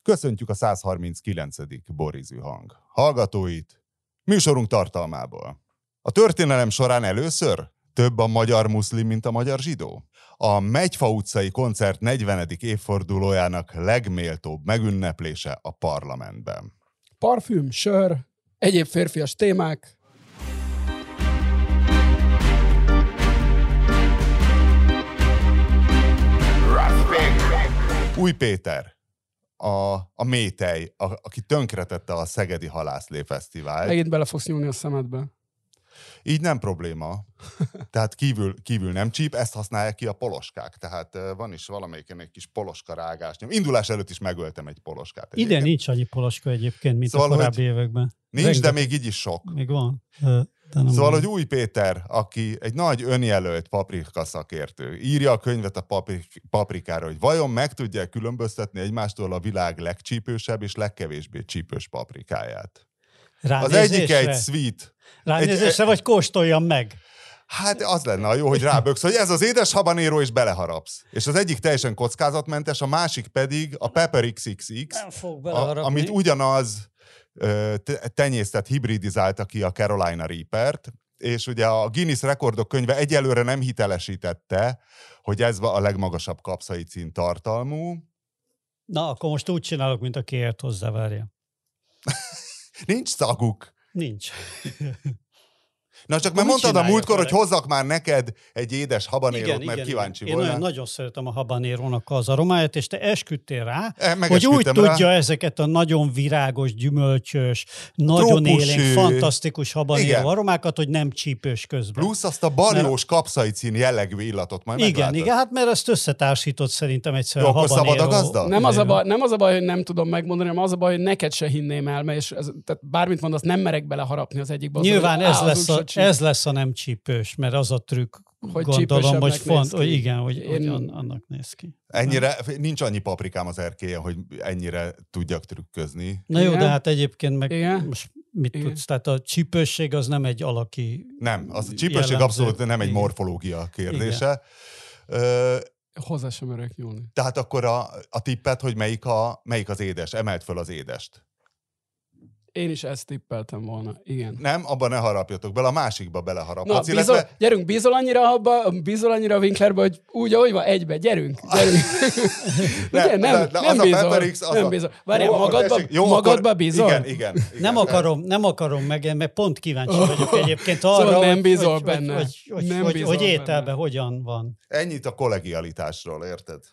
Köszöntjük a 139. Borizű hang hallgatóit műsorunk tartalmából. A történelem során először több a magyar muszlim, mint a magyar zsidó. A Megyfa utcai koncert 40. évfordulójának legméltóbb megünneplése a parlamentben. Parfüm, sör, egyéb férfias témák. Új Péter, a métej, aki tönkretette a Szegedi Halászlé Fesztivált. Megint bele fogsz nyúlni a szemedbe. Így nem probléma. Tehát kívül nem csíp, ezt használják ki a poloskák. Tehát van is valamelyiken egy kis poloska rágás. Indulás előtt is megöltem egy poloskát. Ide nincs annyi poloska egyébként, mint szóval, a korábbi években. Nincs, de még így is sok. Még van. Szóval, hogy Új Péter, aki egy nagy önjelölt paprika szakértő, írja a könyvet a paprikára, hogy vajon meg tudja különböztetni egymástól a világ legcsípősebb és legkevésbé csípős paprikáját. Az egyik egy sweet. Ránézésre, vagy kóstoljam meg? Hát az lenne a jó, hogy ráböksz, hogy ez az édes habanero, és beleharapsz. És az egyik teljesen kockázatmentes, a másik pedig a Pepper XXX, amit ugyanaz tenyésztett, hibridizálta ki a Carolina Reapert, és ugye a Guinness rekordok könyve egyelőre nem hitelesítette, hogy ez a legmagasabb kapszaicin tartalmú. Na, akkor most úgy csinálok, mint aki ért hozzá, várja. Nincs szaguk. Nincs. Na csak mert mondtad a múltkor, hogy hozzak már neked egy édes habanérót, mert kíváncsi volna. Én nagyon szeretem a habanérónak az aromáját, és te esküdtél rá, hogy úgy tudja ezeket a nagyon virágos, gyümölcsös, nagyon élénk, fantasztikus habanéró aromákat, hogy nem csípős közben. Plusz azt a baljós kapszaicin jellegű illatot majd meglátod. Igen, hát mert ezt összetársított szerintem egyszer a habanéró. Szabad a gazda? Nem az a baj, hogy nem tudom megmondani, hanem az a baj, hogy neked se hinném el, mert tehát bármit mondasz, nem merek beleharapni az egyikbe. Nyilván ez lesz a nem csípős, mert az a trükk, hogy gondolom, hogy hogy annak néz ki. Ennyire, nincs annyi paprikám az erkélyen, hogy ennyire tudjak trükközni. Na jó, de hát egyébként meg most mit tudsz? Tehát a csípősség az nem egy alaki nem, az a csípősség abszolút nem egy morfológia kérdése. Hozzá sem merek nyúlni. Tehát akkor a tippet, hogy melyik az édes? Emeld föl az édest. Én is ezt tippeltem volna, igen. Nem, abban ne harapjatok bele, a másikba beleharaphatsz. Na, gyerünk, bízol annyira a Winklerbe, hogy úgy, ahogy van, egybe, gyerünk. Nem bízol. Várjál, magadba bízol? Igen. Nem akarom meg, mert pont kíváncsi vagyok egyébként arra, szóval nem bízol benne. Hogy ételben hogyan van. Ennyit a kollegialitásról, érted?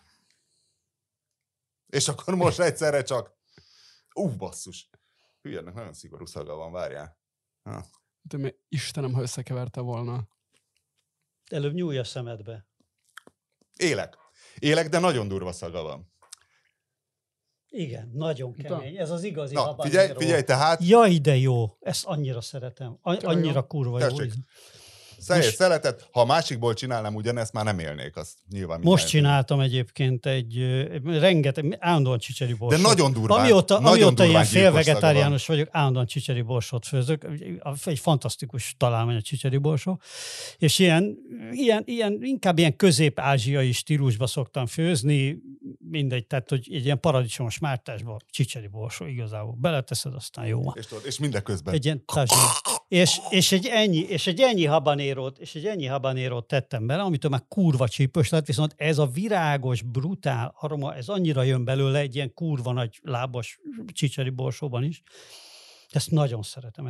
És akkor most egyszerre csak basszus. Hülyennek nagyon szigorú szaga van, várjál. De Istenem, ha összekeverte volna. Előbb nyúlj a szemedbe. Élek, de nagyon durva szaga van. Igen, nagyon kemény. Ez az igazi habanero. Figyelj tehát. Jaj, de jó. Ezt annyira szeretem. Annyira kurva jó. Szeletet, ha a másikból csinálnám ugyanezt, már nem élnék, azt nyilván. Most csináltam egyébként rengeteg, állandóan csicseri borsot. De nagyon durván. Amióta ilyen félvegetáriánus vagyok, állandóan csicseri borsot főzök. Egy fantasztikus találmány a csicseri borsó. És inkább ilyen közép-ázsiai stílusba szoktam főzni, mindegy, tehát hogy egy ilyen paradicsomos mártásba csicseri borsó igazából. Beleteszed, aztán jó van. És mindeközben. Egy ilyen és egy ennyi habanérót tettem bele, amitől már kurva csípős lett, viszont ez a virágos, brutál aroma, ez annyira jön belőle egy ilyen kurva nagy lábas csicseri borsóban is. Ezt nagyon szeretem,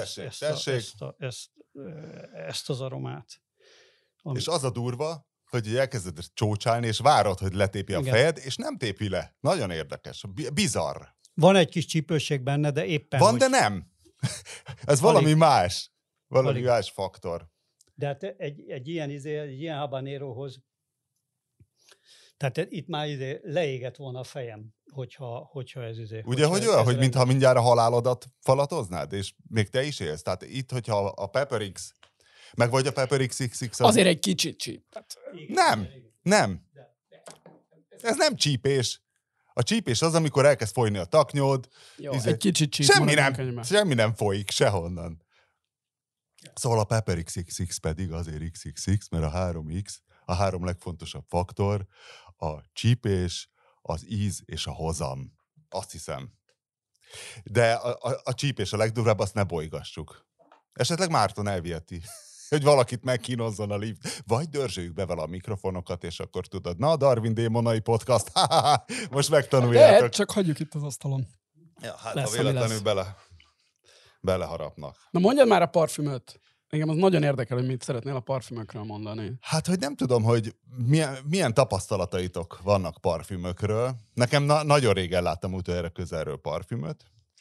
ezt az aromát. És az a durva, hogy elkezded csócsálni, és várod, hogy letépi a fejed, és nem tépi le. Nagyon érdekes. Bizarr. Van egy kis csípőség benne, de éppen van, de nem. Ez valami más. Valami más faktor. De hát egy ilyen habanéróhoz, tehát itt már leégett volna a fejem, hogyha ez Ugye, hogy olyan, hogy mintha mindjárt a halálodat falatoznád, és még te is élsz. Tehát itt, hogyha a Pepper X, meg vagy a Pepper XXX... Azért egy kicsit csíp. Nem. Ez nem csípés. A csípés az, amikor elkezd folyni a taknyod. Jó, egy kicsit csíp. Semmi nem folyik sehonnan. Szóval a Pepper XXX pedig azért XXX, mert a 3X, a 3 legfontosabb faktor, a csípés, az íz és a hozam. Azt hiszem. De a csípés a legdurvább, azt ne bolygassuk. Esetleg Márton elviheti, hogy valakit megkínozzon a lift. Vagy dörzsöljük be vele a mikrofonokat, és akkor tudod, na, Darwin Démonai podcast, most megtanuljátok. De csak hagyjuk itt az asztalon. Ja, hát lesz, ha véletlenül beleharapnak. Na mondjad már a parfümöt. Engem az nagyon érdekel, hogy mit szeretnél a parfümökről mondani. Hát, hogy nem tudom, hogy milyen tapasztalataitok vannak parfümökről. Nekem nagyon régen láttam utoljára közelről parfümöt.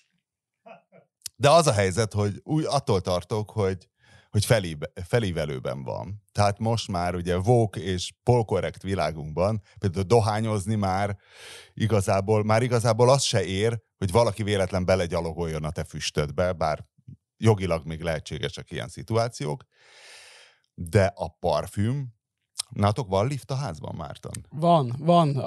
De az a helyzet, hogy attól tartok, hogy felívelőben van. Tehát most már ugye woke és polkorrekt világunkban, például dohányozni már igazából az se ér, hogy valaki véletlen belegyalogoljon a te füstödbe, bár jogilag még lehetségesek ilyen szituációk, de a parfüm, nálatok van lift a házban, Márton? Van.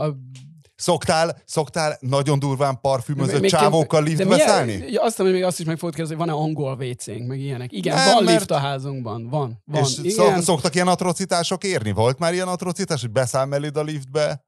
Szoktál nagyon durván parfümözött csávókkal liftbe szállni? Azt mondom, még azt is meg fogod kérdezni, hogy van-e angol WC-nk, meg ilyenek. Igen, nem, van lift a házunkban, van. És igen. Szoktak ilyen atrocitások érni? Volt már ilyen atrocitás, hogy beszáll melléd a liftbe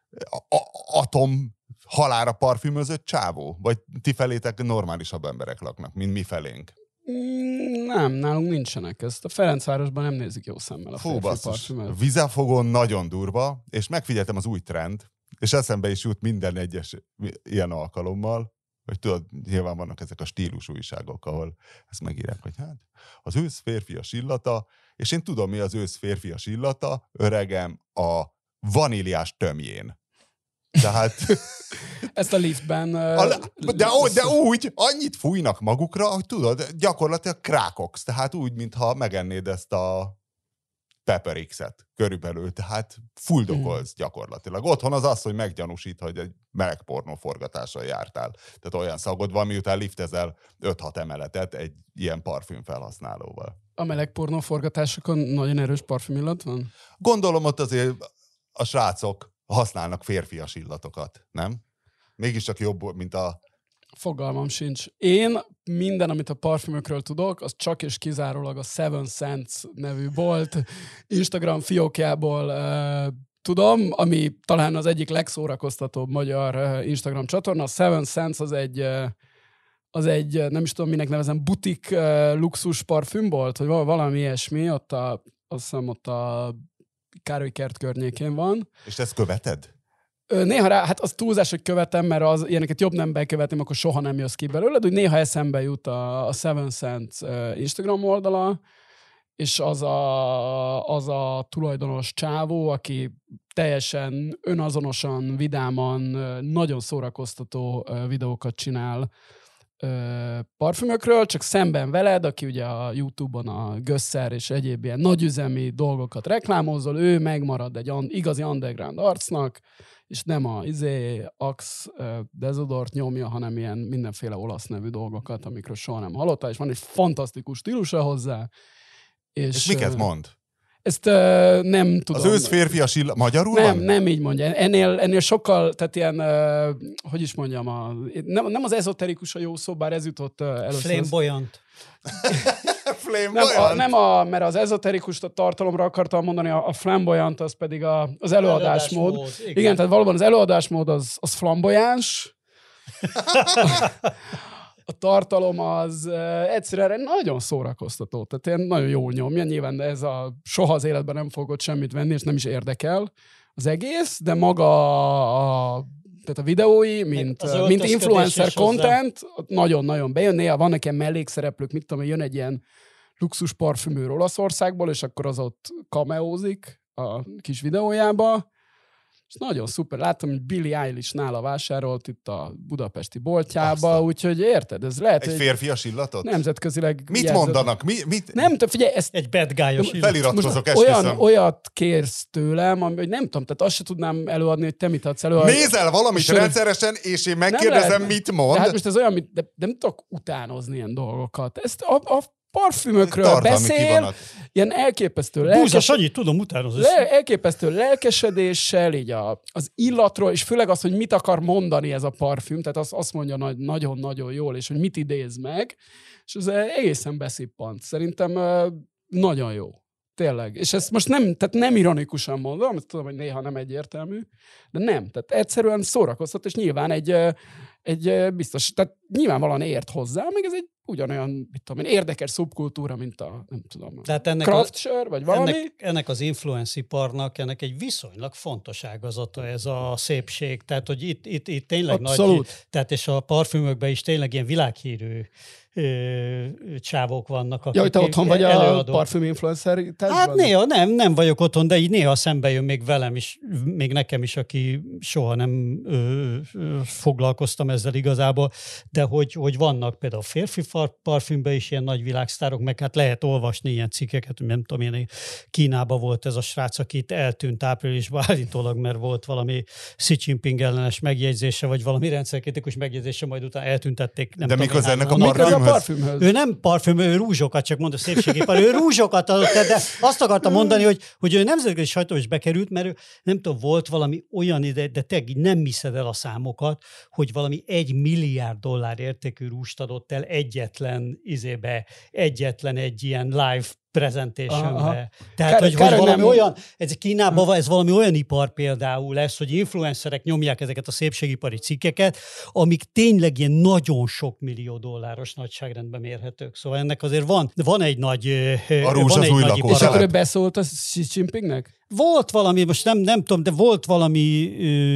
atom halálra parfümözött csávó? Vagy ti felétek normálisabb emberek laknak, mint mi felénk? Nem, nálunk nincsenek. Ezt a Ferencvárosban nem nézik jó szemmel a férfi parfümöt. Vizefogon nagyon durva, és megfigyeltem az új trend, és eszembe is jut minden egyes ilyen alkalommal, hogy tudod, nyilván vannak ezek a stílus újságok, ahol ezt megírják, hogy hát az ősz férfias illata, és én tudom, mi az ősz férfias illata, öregem, a vaníliás tömjén. Tehát... Ezt a liftben... De úgy, annyit fújnak magukra, hogy tudod, gyakorlatilag krákoksz, tehát úgy, mintha megennéd ezt a Pepper X-et körülbelül, tehát fuldokolsz gyakorlatilag. Otthon az, hogy meggyanúsít, hogy egy meleg pornó forgatással jártál. Tehát olyan szagod van, miután liftezel 5-6 emeletet egy ilyen parfüm felhasználóval. A meleg pornó forgatásokon nagyon erős parfümillat van? Gondolom ott azért a srácok használnak férfias illatokat, nem? Mégiscsak jobb, mint a... Fogalmam sincs. Én minden, amit a parfümökről tudok, az csak és kizárólag a Seven Scents nevű bolt Instagram fiókjából tudom, ami talán az egyik legszórakoztatóbb magyar Instagram csatorna. A Seven Scents az egy, nem is tudom, minek nevezem, butik luxus parfümbolt, vagy valami ilyesmi, azt hiszem ott a Károly kert környékén van. És ezt követed? Néha hát az túlzás, hogy követem, mert az ilyeneket jobb nem bekövetni, akkor soha nem jössz ki belőle, de úgy néha eszembe jut a Seven Scents Instagram oldala, és az a tulajdonos csávó, aki teljesen önazonosan, vidáman, nagyon szórakoztató videókat csinál parfümökről, csak szemben veled, aki ugye a YouTube-on a Gösser és egyéb ilyen nagyüzemi dolgokat reklámozol, ő megmarad egy igazi underground arcnak, és nem a Axe Desodort nyomja, hanem ilyen mindenféle olasz nevű dolgokat, amikről soha nem hallottál, és van egy fantasztikus stílusa hozzá. És miket mond? Ezt nem tudom. Az ősz férfias magyarul nem, van? Nem így mondja. Ennél sokkal, tehát ilyen, hogy is mondjam, nem az ezoterikus a jó szó, bár ez jutott először. Flamboyant. Mert az ezoterikust a tartalomra akartam mondani, a flamboyant az pedig az előadásmód. Igen, tehát valóban az előadásmód az flamboyáns. A tartalom az egyszerűen nagyon szórakoztató, tehát ilyen nagyon jól nyomja, nyilván ez soha az életben nem fogod semmit venni, és nem is érdekel az egész, de maga tehát a videói, mint influencer content, nagyon-nagyon bejön, néha vannak ilyen mellékszereplők, mit tudom, jön egy ilyen luxus parfümőr Olaszországból, és akkor az ott cameózik a kis videójába, és nagyon szuper. Láttam, hogy Billie Eilish nála vásárolt itt a budapesti boltjába, úgyhogy érted, ez lehet, egy férfias illatot? Nemzetközileg... Mit mondanak? Nem, figyelj, ezt... Egy bad guy-os illat. Feliratkozok, esküszöm. Olyat kérsz tőlem, hogy nem tudom, tehát azt se tudnám előadni, hogy te mit adsz előadni. Nézel valamit rendszeresen, és én megkérdezem, mit mond. De hát most ez olyan, de nem tudok utánozni ilyen dolgokat. Ezt a parfümökről beszél, ilyen elképesztő Búzas, annyit tudom utánozni. Elképesztő lelkesedéssel, így az illatról, és főleg az, hogy mit akar mondani ez a parfüm, tehát azt mondja nagyon-nagyon jól, és hogy mit idéz meg, és ez egészen beszippant. Szerintem nagyon jó. Tényleg. És ezt most nem ironikusan mondom, tudom, hogy néha nem egyértelmű, de nem. Tehát egyszerűen szórakoztat, és nyilván egy biztos, tehát nyilvánvalóan ért hozzá, még ez egy ugyanolyan, mit tudom én, érdekes szubkultúra, mint a, nem tudom, craft sör, vagy valami. Ennek az influence-iparnak, ennek egy viszonylag fontos ágazata ez a szépség. Tehát, hogy itt tényleg abszolút. nagy, tehát és a parfümökben is tényleg ilyen világhírű csávók vannak. Ja, hogy te otthon vagy a parfüm influencer? Hát néha nem vagyok otthon, de így néha szembe jön még velem is, még nekem is, aki soha nem foglalkoztam ezzel igazából, de hogy vannak például férfi parfümben is ilyen nagy világsztárok, meg hát lehet olvasni ilyen cikkeket, nem tudom én, Kínában volt ez a srác, aki itt eltűnt áprilisban állítólag, mert volt valami Xi Jinping ellenes megjegyzése, vagy valami rendszerkritikus megjegyzése, majd utána eltüntették. Nem de mikor ennek a parfümhöz? Ő nem parfüm, ő rúzsokat, csak mondta szépségipar, ő rúzsokat adott, de azt akartam mondani, hogy ő nemzetközi sajtóba is bekerült, mert ő nem tudom, volt valami olyan ide, de te nem hiszed el a számokat, hogy valami $1 milliárd értékű rúst adott el egyetlen egy ilyen live presentation-be. Tehát, hogy valami olyan, ez Kínában ez valami olyan ipar például lesz, hogy influencerek nyomják ezeket a szépségipari cikkeket, amik tényleg ilyen nagyon sok millió dolláros nagyságrendben mérhetők. Szóval ennek azért van egy nagy a rúzs az új lakótelep. És akkor ő beszólt a Xi Jinpingnek? Volt valami, most nem tudom, de volt valami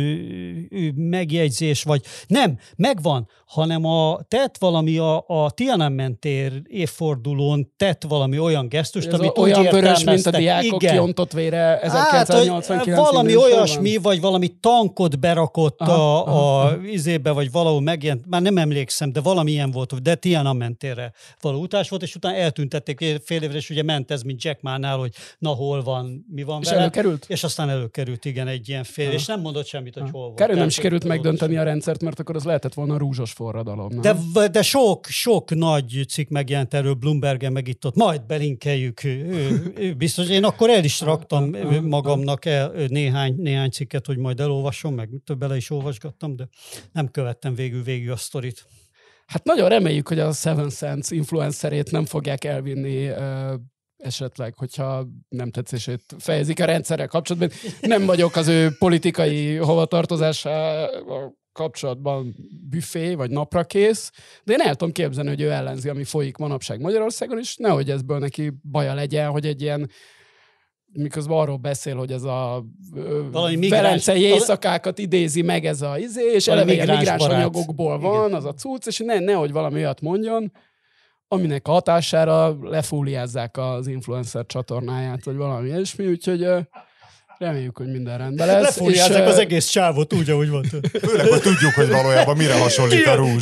megjegyzés, vagy nem, megvan, hanem tett valami a Tiananmen tér évfordulón tett valami olyan gesztust, amit olyan úgy vörös, mint a diákok kiontott vére 1989. Valami olyasmi, vagy valami tankot berakott a izébe, vagy valahol megjelent, már nem emlékszem, de valami ilyen volt, de Tiananmen térre való utás volt, és utána eltüntették fél évre, és ugye ment ez, mint Jack Ma-nál, hogy na hol van, mi van vele. Előkerült? És aztán előkerült, igen, egy ilyen fél, és nem mondott semmit, hogy hol volt. Kár, nem sikerült megdönteni a rendszert, mert akkor az lehetett volna a rúzsos forradalom. De sok nagy cikk megjelent erről, Bloombergen meg itt ott, majd belinkeljük. Biztos, én akkor el is raktam magamnak néhány cikket, hogy majd elolvasom, meg bele is olvasgattam, de nem követtem végül a sztorit. Hát nagyon reméljük, hogy a Seven Sense influencerét nem fogják elvinni esetleg, hogyha nem tetszését fejezik a rendszerrel kapcsolatban. Nem vagyok az ő politikai hovatartozásával kapcsolatban büfé, vagy naprakész, de én el tudom képzelni, hogy ő ellenzi, ami folyik manapság Magyarországon, és nehogy ezből neki baja legyen, hogy egy ilyen miközben arról beszél, hogy ez a velencei éjszakákat idézi meg ez a és eleve migráns anyagokból van, az a cucc, és nehogy valami olyat mondjon, aminek a hatására lefóliázzák az influencer csatornáját, vagy valami ilyesmi, úgyhogy reméljük, hogy minden rendben lesz. Lefóliázzák az egész csávot úgy, ahogy van. Főleg, hogy tudjuk, hogy valójában mire hasonlít a rúzs.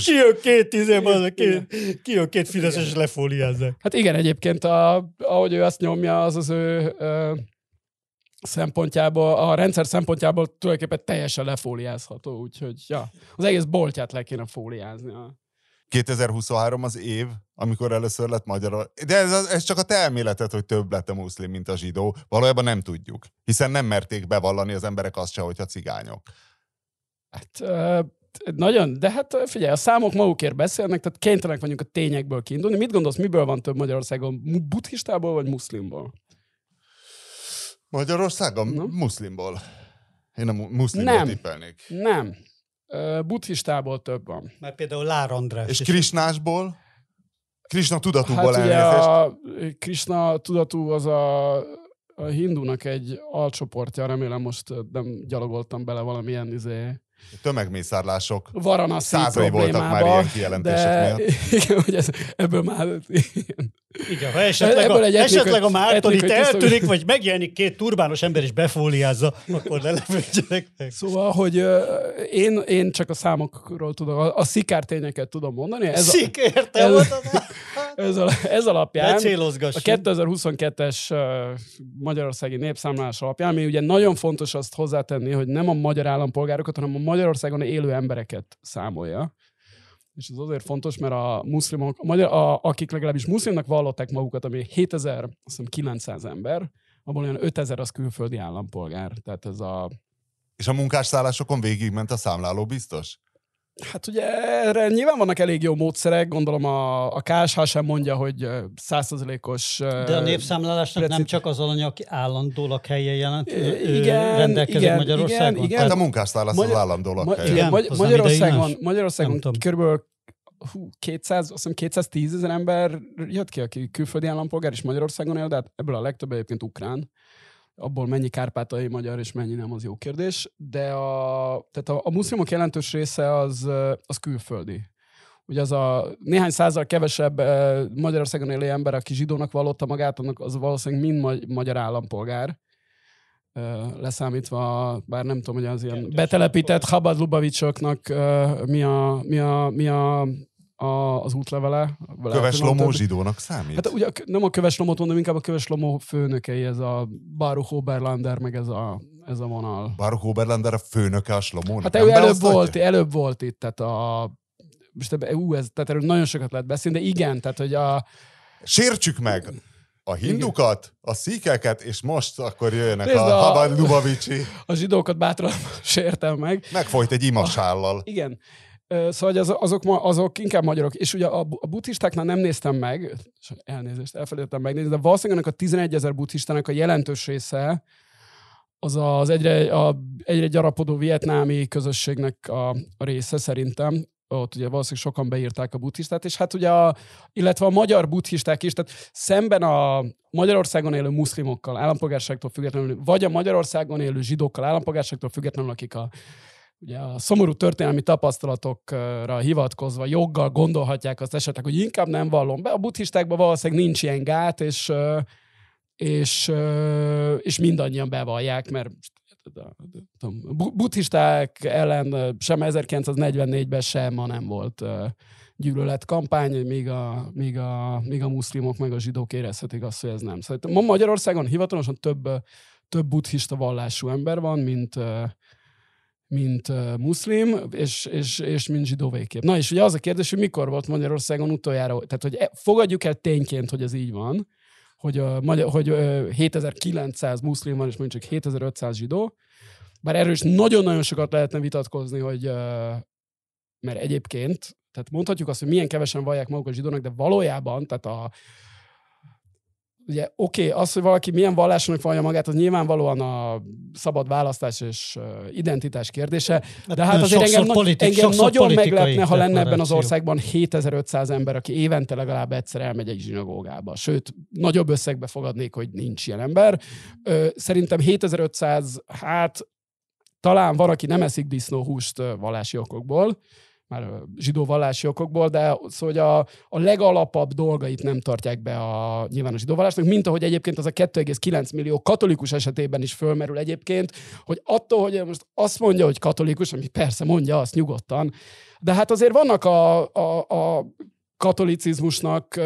Kijön két fideszes, és lefóliázzák. Hát igen, egyébként ahogy ő azt nyomja, az ő szempontjából, a rendszer szempontjából tulajdonképpen teljesen lefóliázható, úgyhogy az egész boltját le kéne fóliázni. 2023 az év, amikor először lett magyar. De ez csak a te elméleted, hogy több lett a muszlim, mint a zsidó. Valójában nem tudjuk. Hiszen nem merték bevallani az emberek azt se, hogyha cigányok. Hát nagyon, de hát figyelj, a számok magukért beszélnek, tehát kénytelenek vagyunk a tényekből kiindulni. Mit gondolsz, miből van több Magyarországon? Buddhistából vagy muszlimból? Magyarországon? Muszlimból. Én a muszlimból tippelnék. Nem. Buddhistából több van. Mert például Lár András. És krisnásból? Krisna tudatúból hát elnézést. Krisna tudatú az a hindúnak egy alcsoportja, remélem most nem gyalogoltam bele valamilyen tömegmészárlások. Varanasi százai voltak már ilyen kijelentések miatt. Igen, hogy ebből már... Igen, ha esetleg a Márton itt eltűnik, vagy megjelenik két turbános ember is befóliázza, akkor ne lepődjenek meg. Szóval, hogy én csak a számokról tudom, a szikártényeket tudom mondani. Ez alapján a 2022-es Magyarországi népszámlálás alapján, ami ugye nagyon fontos azt hozzátenni, hogy nem a magyar állampolgárokat, hanem a Magyarországon élő embereket számolja. És ez azért fontos, mert a muszlimok, akik legalábbis muszlimnak vallották magukat, ami 7900 ember, abból olyan 5000 az külföldi állampolgár. Tehát ez És a munkásszállásokon végigment a számláló biztos? Hát ugye erre nyilván vannak elég jó módszerek, gondolom a KSH sem mondja, hogy 100%-os... De a népszámlálásnak nem csak az alany, aki állandó lakhelyen jelent, rendelkezik Magyarországon? Igen. Hát a munkásszállás az állandó lakhely. Magyarországon körülbelül 210 000 ember jött ki, aki külföldi állampolgár és Magyarországon él, de hát ebből a legtöbb egyébként ukrán. Abból mennyi kárpátai magyar és mennyi nem, az jó kérdés. De tehát a muszlimok jelentős része az külföldi. Ugye az a néhány százalék kevesebb Magyarországon élő ember, aki zsidónak vallotta magát, annak az valószínűleg mind magyar állampolgár. Leszámítva, bár nem tudom, hogy az ilyen betelepített Chabad Lubavicsoknak mi az útlevele. Köves Lomó zsidónak számít? Hát ugye nem a Köves Lomót mondom, inkább a Köves Lomó főnökei, ez a Baruch Oberlander, meg ez a vonal. Baruch Oberlander a főnöke a Slomónak? Hát ő előbb volt itt, tehát tehát erről nagyon sokat lehet beszélni, de igen, tehát hogy Sértsük meg a hindukat, a szíkeket, és most akkor jöjjenek a Chabad Lubavicsi. A zsidókat bátran sértem meg. Megfojt egy imasállal. Igen. Szóval azok inkább magyarok. És ugye a buddhistáknál nem néztem meg, elnézést, elfelejtettem megnézni, de valószínűleg a 11 000 buddhistának a jelentős része az egyre gyarapodó vietnámi közösségnek a része szerintem. Ott ugye valószínűleg sokan beírták a buddhistát, és hát ugye illetve a magyar buddhisták is, tehát szemben a Magyarországon élő muszlimokkal, állampolgárságtól függetlenül, vagy a Magyarországon élő zsidókkal, állampolgárságtól függetlenül, akik ugye a szomorú történelmi tapasztalatokra hivatkozva joggal gondolhatják azt esetleg, hogy inkább nem vallom be. A buddhistákban valószínűleg nincs ilyen gát, és mindannyian bevallják, mert buddhisták ellen sem 1944-ben sem ma nem volt gyűlöletkampány, míg a muszlimok meg a zsidók érezhetik azt, hogy ez nem. Szóval ma Magyarországon hivatalosan több buddhista vallású ember van, mint muszlim, és mint zsidó végképp. Na és ugye az a kérdés, hogy mikor volt Magyarországon utoljára, tehát hogy fogadjuk el tényként, hogy ez így van, hogy 7900 muszlim van, és mondjuk csak 7500 zsidó, bár erről is nagyon-nagyon sokat lehetne vitatkozni, hogy mert egyébként, tehát mondhatjuk azt, hogy milyen kevesen vallják magukat zsidónak, de valójában, tehát ugye az, hogy valaki milyen vallásnak vallja magát, az nyilvánvalóan a szabad választás és identitás kérdése, de hát azért engem nagyon meglepne, ha lenne ebben az országban 7500 ember, aki évente legalább egyszer elmegy egy zsinagógába. Sőt, nagyobb összegbe fogadnék, hogy nincs ilyen ember. Szerintem 7500, hát talán van, aki nem eszik disznóhúst vallási okokból, már zsidó vallási okokból, de szóval a legalapabb dolgait nem tartják be nyilván a zsidó vallásnak, mint ahogy egyébként az a 2,9 millió katolikus esetében is fölmerül egyébként, hogy attól, hogy most azt mondja, hogy katolikus, ami persze mondja azt nyugodtan, de hát azért vannak a katolicizmusnak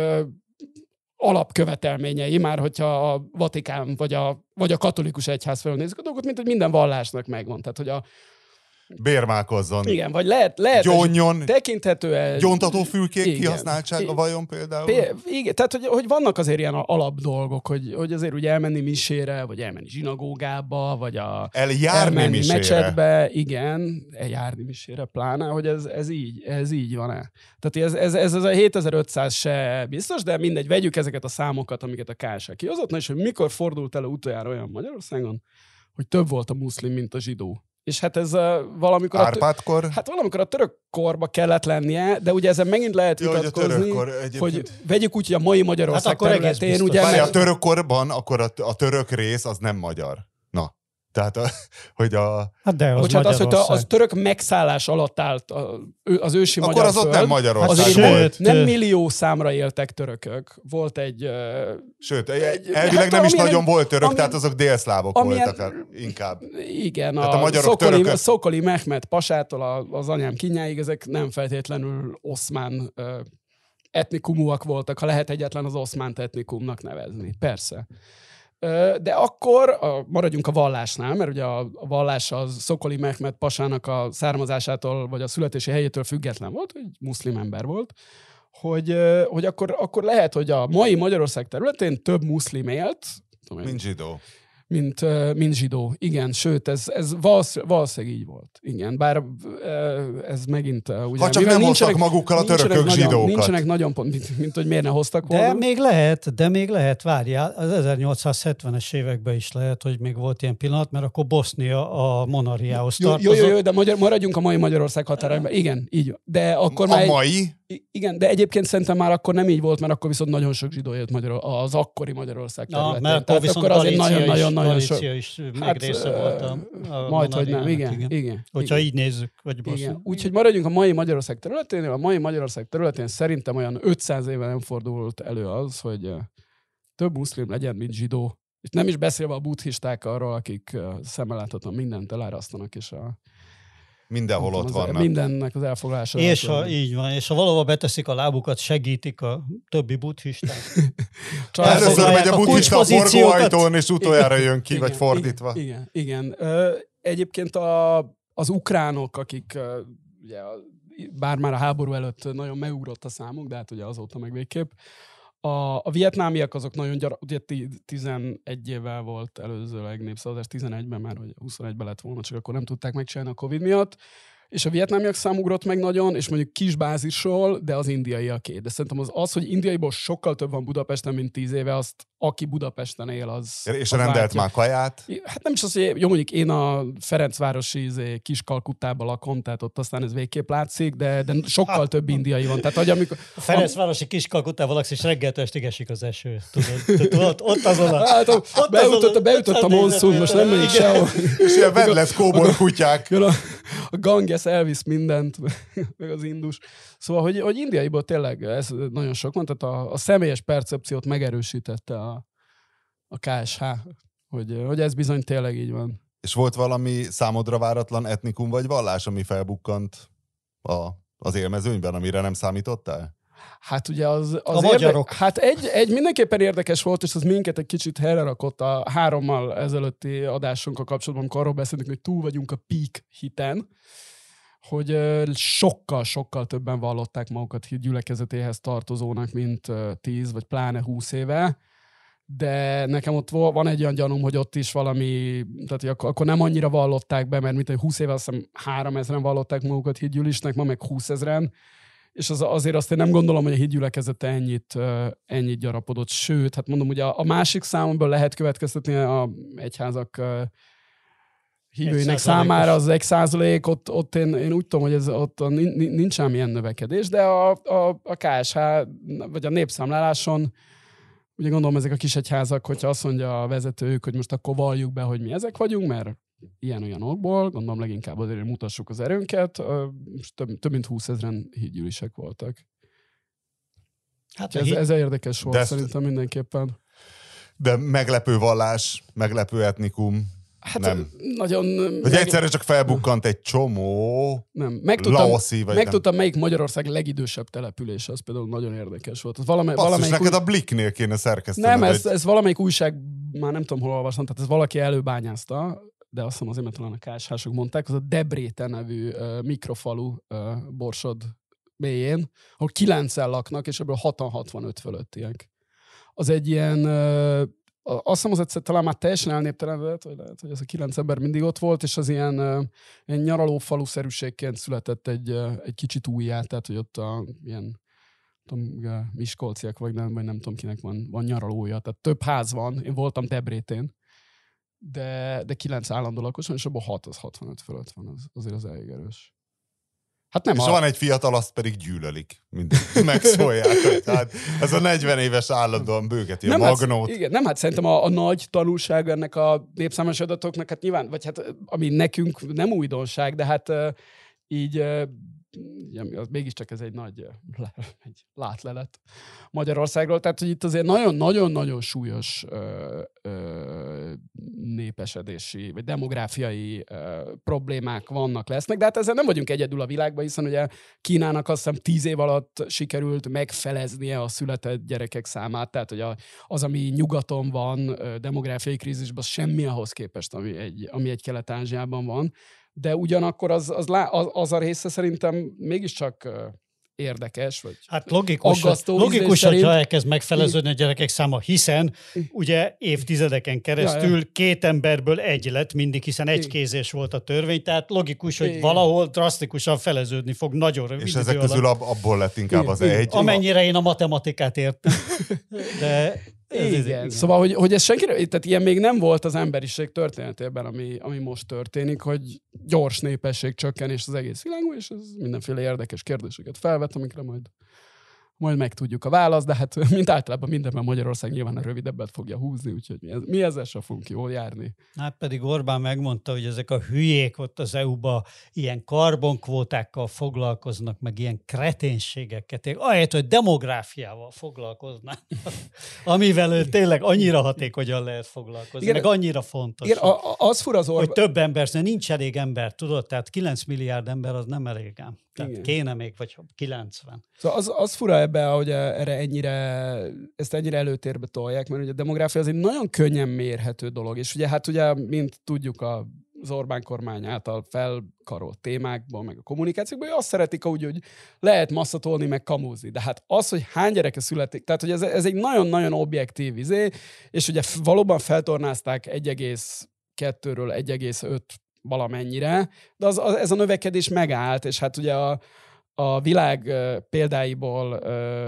alapkövetelményei, már hogyha a Vatikán vagy a katolikus egyház felnézik a dolgot, mint hogy minden vallásnak megvan. Tehát, hogy bérmálkozzon. Igen, vagy lehet gyónjon, tekinthető ez. Gyóntatófülkék kihasználtsága vajon például? Igen, tehát hogy vannak azért ilyen alap dolgok, hogy azért úgy elmenni misére, vagy elmenni zsinagógába, vagy elmenni mecsetbe, igen, eljárni misére pláne, hogy ez így van-e. Tehát ez a 7500 se biztos, de mindegy, vegyük ezeket a számokat, amiket a KSH kihozott, és hogy mikor fordult elő utoljára olyan Magyarországon, hogy több volt a muszlim, mint a zsidó. És hát ez valamikor valamikor a török korba kellett lennie, de ugye ezen megint lehet vitatkozni, hogy vegyük úgy, hogy a mai Magyarország területén... Ugye a török korban, akkor a török rész az nem magyar. Na. Tehát, hogy Hát de az bocsánat, hogy az török megszállás alatt állt az ősi akkor magyar az ott nem Magyarország volt. Nem millió számra éltek törökök. Volt egy... Sőt, elvileg nem is nagyon volt török, tehát azok délszlávok voltak inkább. Igen, tehát a magyarok Szokoli Mehmet pasától az anyám kinyáig, ezek nem feltétlenül oszmán etnikumúak voltak, ha lehet egyetlen az oszmánt etnikumnak nevezni. Persze. De akkor maradjunk a vallásnál, mert ugye a vallás az Szokoli Mehmet pasának a származásától, vagy a születési helyétől független volt, egy muszlim ember volt, hogy akkor lehet, hogy a mai Magyarország területén több muszlim élt, mint zsidó. mint zsidó. Igen, sőt, ez valószínűleg így volt. Igen, bár ez megint... Ugye, ha csak nem hoztak magukkal a törökök zsidókat. Nincsenek nagyon pont, mint hogy miért ne hoztak volna. De még lehet, várjál, az 1870-es években is lehet, hogy még volt ilyen pillanat, mert akkor Bosznia a monarchiához tartozott. Jó, de maradjunk a mai Magyarország határában. Igen, így. De akkor már mai? Igen, de egyébként szerintem már akkor nem így volt, mert akkor viszont nagyon sok zsidó élt az akkori Magyarország területén. Mert akkor azért nagyon sok. is még része volt a majd, hogy nem, igen. Hogyha így nézzük, vagy igen. Úgyhogy maradjunk a mai Magyarország területén. A mai Magyarország területén szerintem olyan 500 éve nem fordult elő az, hogy több muszlim legyen, mint zsidó. És nem is beszélve a buddhisták arról, akik szemmel láthatóan mindent elárasztanak, és mindenhol ott vannak. Mindennek az elfoglalása. Így van, és ha valahol beteszik a lábukat, segítik a többi buddhisták. Először megy a buddhista forgóajtón, és utoljára jön ki, vagy fordítva. Igen. Egyébként az ukránok, akik ugye, bár már a háború előtt nagyon megugrott a számuk, de hát ugye azóta meg végképp. A vietnámiak azok nagyon ugye 11 évvel volt előzőleg népszavazás, 11-ben már, vagy 21-ben lett volna, csak akkor nem tudták megcsinálni a Covid miatt. És a vietnámiak számugrott meg nagyon, és mondjuk kis bázisról, de az indiaiaké. De szerintem az, hogy indiaiból sokkal több van Budapesten, mint 10 éve, azt aki Budapesten él, az... És rendelt már kaját? Hát nem is az, hogy jó, mondjuk én a Ferencvárosi kis Kalkuttában lakom, tehát ott aztán ez végképp látszik, de sokkal több indiai van. Tehát, hogy amikor... A Ferencvárosi kis Kalkuttában laksz, és reggeltől estig esik az eső. Tudod, ott azon a... Hát, beütött a monszun, most nem megyik sehol. És ilyen vedlesz kóbor kutyák. A Ganges elvisz mindent, meg az Indus. Szóval, hogy indiaiból tényleg ez nagyon sok van, tehát a személyes percepciót megerősítette a KSH, hogy ez bizony tényleg így van. És volt valami számodra váratlan etnikum vagy vallás, ami felbukkant az élmezőnyben, amire nem számítottál? Hát ugye az magyarok. Hát egy mindenképpen érdekes volt, és az minket egy kicsit helyre rakott a 3-mal ezelőtti adásunkkal kapcsolatban, amikor arról beszélünk, hogy túl vagyunk a peak hiten, hogy sokkal többen vallották magukat gyülekezetéhez tartozónak, mint 10 vagy pláne 20 éve, de nekem ott van egy olyan gyanúm, hogy ott is valami, tehát hogy akkor nem annyira vallották be, mert mint 20 éve azt hiszem 3000-en vallották magukat hídgyűlisnek, ma meg 20 000-en, és azért azt én nem gondolom, hogy a hídgyülekezete ennyit gyarapodott. Sőt, hát mondom, ugye a másik számomból lehet következtetni a egyházak hívőinek számára az 1%, ott én úgy tudom, hogy ott nincs semmilyen növekedés, de a KSH, vagy a népszámláláson, ugye gondolom ezek a kis egyházak, hogyha azt mondja a vezetők, hogy most akkor valljuk be, hogy mi ezek vagyunk, mert ilyen-olyan okból, gondolom leginkább azért, hogy mutassuk az erőnket, több mint 20 000 hídgyűlisek voltak. Hát ez érdekes volt szerintem mindenképpen. De meglepő vallás, meglepő etnikum. Hát nem. Nagyon... Vagy egyszerre csak felbukkant egy csomó laoszi, vagy megtudtam, melyik Magyarország legidősebb település, az például nagyon érdekes volt. Basszus, neked a Blicknél kéne szerkeszteni. Nem, ez valamelyik újság, már nem tudom, hol olvastam, tehát ez valaki előbányázta, de azt hiszem azért, mert talán a KSH-sok mondták, az a Debréten nevű mikrofalu Borsod mélyén, ahol 9-en laknak, és ebből 6-65 fölöttiek. Az egy ilyen... Azt hiszem, az egyszer talán már teljesen elnéptelenedett, vagy lehet, hogy ez a 9 ember mindig ott volt, és az ilyen nyaraló faluszerűségként született egy kicsit újjá, tehát hogy ott ilyen miskolciak, vagy nem tudom kinek van nyaralója, tehát több ház van, én voltam Debrétén, de 9 állandó lakos van, és abban 6 az 65 fölött van, azért az elég erős. Hát nem és van egy fiatal, azt pedig gyűlölik. Mindig megszólják. Hát ez a 40 éves állandóan bőgeti a magnót. Igen, nem, hát szerintem a nagy tanulság ennek a népszámos adatoknak, hát nyilván, vagy hát ami nekünk nem újdonság, de hát így mégiscsak ez egy nagy egy látlelet Magyarországról. Tehát, hogy itt azért nagyon-nagyon súlyos népesedési, vagy demográfiai problémák lesznek, de hát ezzel nem vagyunk egyedül a világban, hiszen ugye Kínának azt hiszem 10 év alatt sikerült megfeleznie a született gyerekek számát, tehát hogy az, ami nyugaton van, demográfiai krízisban, semmi ahhoz képest, ami egy Kelet-Ázsiában van. De ugyanakkor az a része szerintem mégiscsak érdekes, vagy hát logikus, hogyha elkezd megfeleződni a gyerekek száma, hiszen ugye évtizedeken keresztül 2 emberből 1 lett mindig, hiszen egykézés volt a törvény, tehát logikus, hogy valahol drasztikusan feleződni fog nagyon rövid és ezek közül abból lett inkább az 1. Amennyire én a matematikát értem. De igen. Szóval, hogy ez senkire, tehát ilyen még nem volt az emberiség történetében, ami most történik, hogy gyors népességcsökkenés az egész világon, és ez mindenféle érdekes kérdéseket felvet, amikre majd megtudjuk a választ, de hát mint általában mindenben Magyarország nyilván a rövidebbet fogja húzni, úgyhogy mi ezzel sem fogunk jól járni. Hát pedig Orbán megmondta, hogy ezek a hülyék ott az EU-ba ilyen karbonkvótákkal foglalkoznak, meg ilyen kreténségeket, ahelyett, hogy demográfiával foglalkoznak, amivel ő tényleg annyira hatékonyan lehet foglalkozni, igen, meg annyira fontos. Igen, az fura az Orbán... Hogy több ember, nem elég ember, tudod? Tehát 9 milliárd ember az nem elég ám. Tehát igen. Kéne még, vagy 90. Szóval az fura ebben, hogy ezt ennyire előtérbe tolják, mert ugye a demográfia az egy nagyon könnyen mérhető dolog, és ugye, mint tudjuk az Orbán kormány által felkarolt témákban, meg a kommunikációkban, hogy azt szeretik úgy, hogy lehet masszatolni, meg kamúzni. De hát az, hogy hány gyereke születik, tehát hogy ez egy nagyon-nagyon objektív és ugye valóban feltornázták 1,2-ről 1,5 valamennyire, de ez a növekedés megállt, és hát ugye a világ példáiból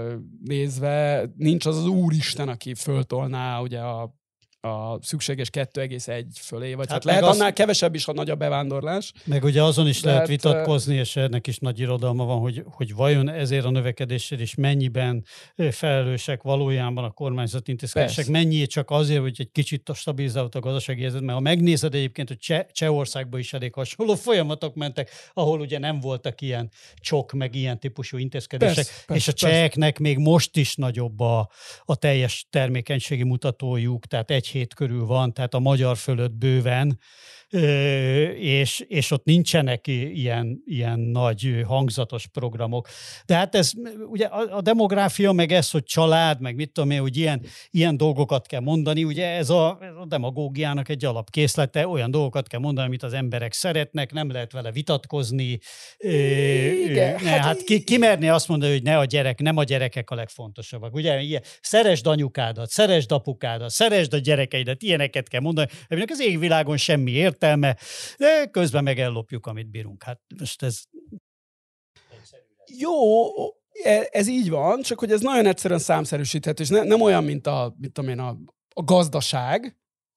nézve nincs az úristen, aki föltolná ugye a szükséges 2,1 fölé, vagy hát lehet annál kevesebb is, ha nagy a bevándorlás. Meg ugye azon is lehet vitatkozni, és ennek is nagy irodalma van, hogy vajon ezért a növekedésért is mennyiben felelősek valójában a kormányzati intézkedések, mennyi csak azért, hogy egy kicsit stabilizálódott a gazdasági helyzet, mert ha megnézed egyébként, hogy Csehországban is elég hasonló folyamatok mentek, ahol ugye nem voltak ilyen csok, meg ilyen típusú intézkedések, és a cseheknek még most is nagyobb a teljes termékenységi mutatójuk, tehát 1 hét körül van, tehát a magyar fölött bőven, és ott nincsenek ilyen nagy hangzatos programok. De hát ez ugye a demográfia, meg ez, hogy család, meg mit tudom én, hogy ilyen dolgokat kell mondani, ugye ez a demagógiának egy alapkészlete, olyan dolgokat kell mondani, amit az emberek szeretnek, nem lehet vele vitatkozni. Igen, hát ki merné azt mondani, hogy nem a gyerekek a legfontosabbak. Ugye ilyen, szeresd anyukádat, szeresd apukádat, szeresd a gyerekeidet, ilyeneket kell mondani, aminek az égvilágon semmi értelme, de közben meg ellopjuk, amit bírunk. Hát most ez... Jó, ez így van, csak hogy ez nagyon egyszerűen számszerűsíthető, és nem olyan, mint a gazdaság,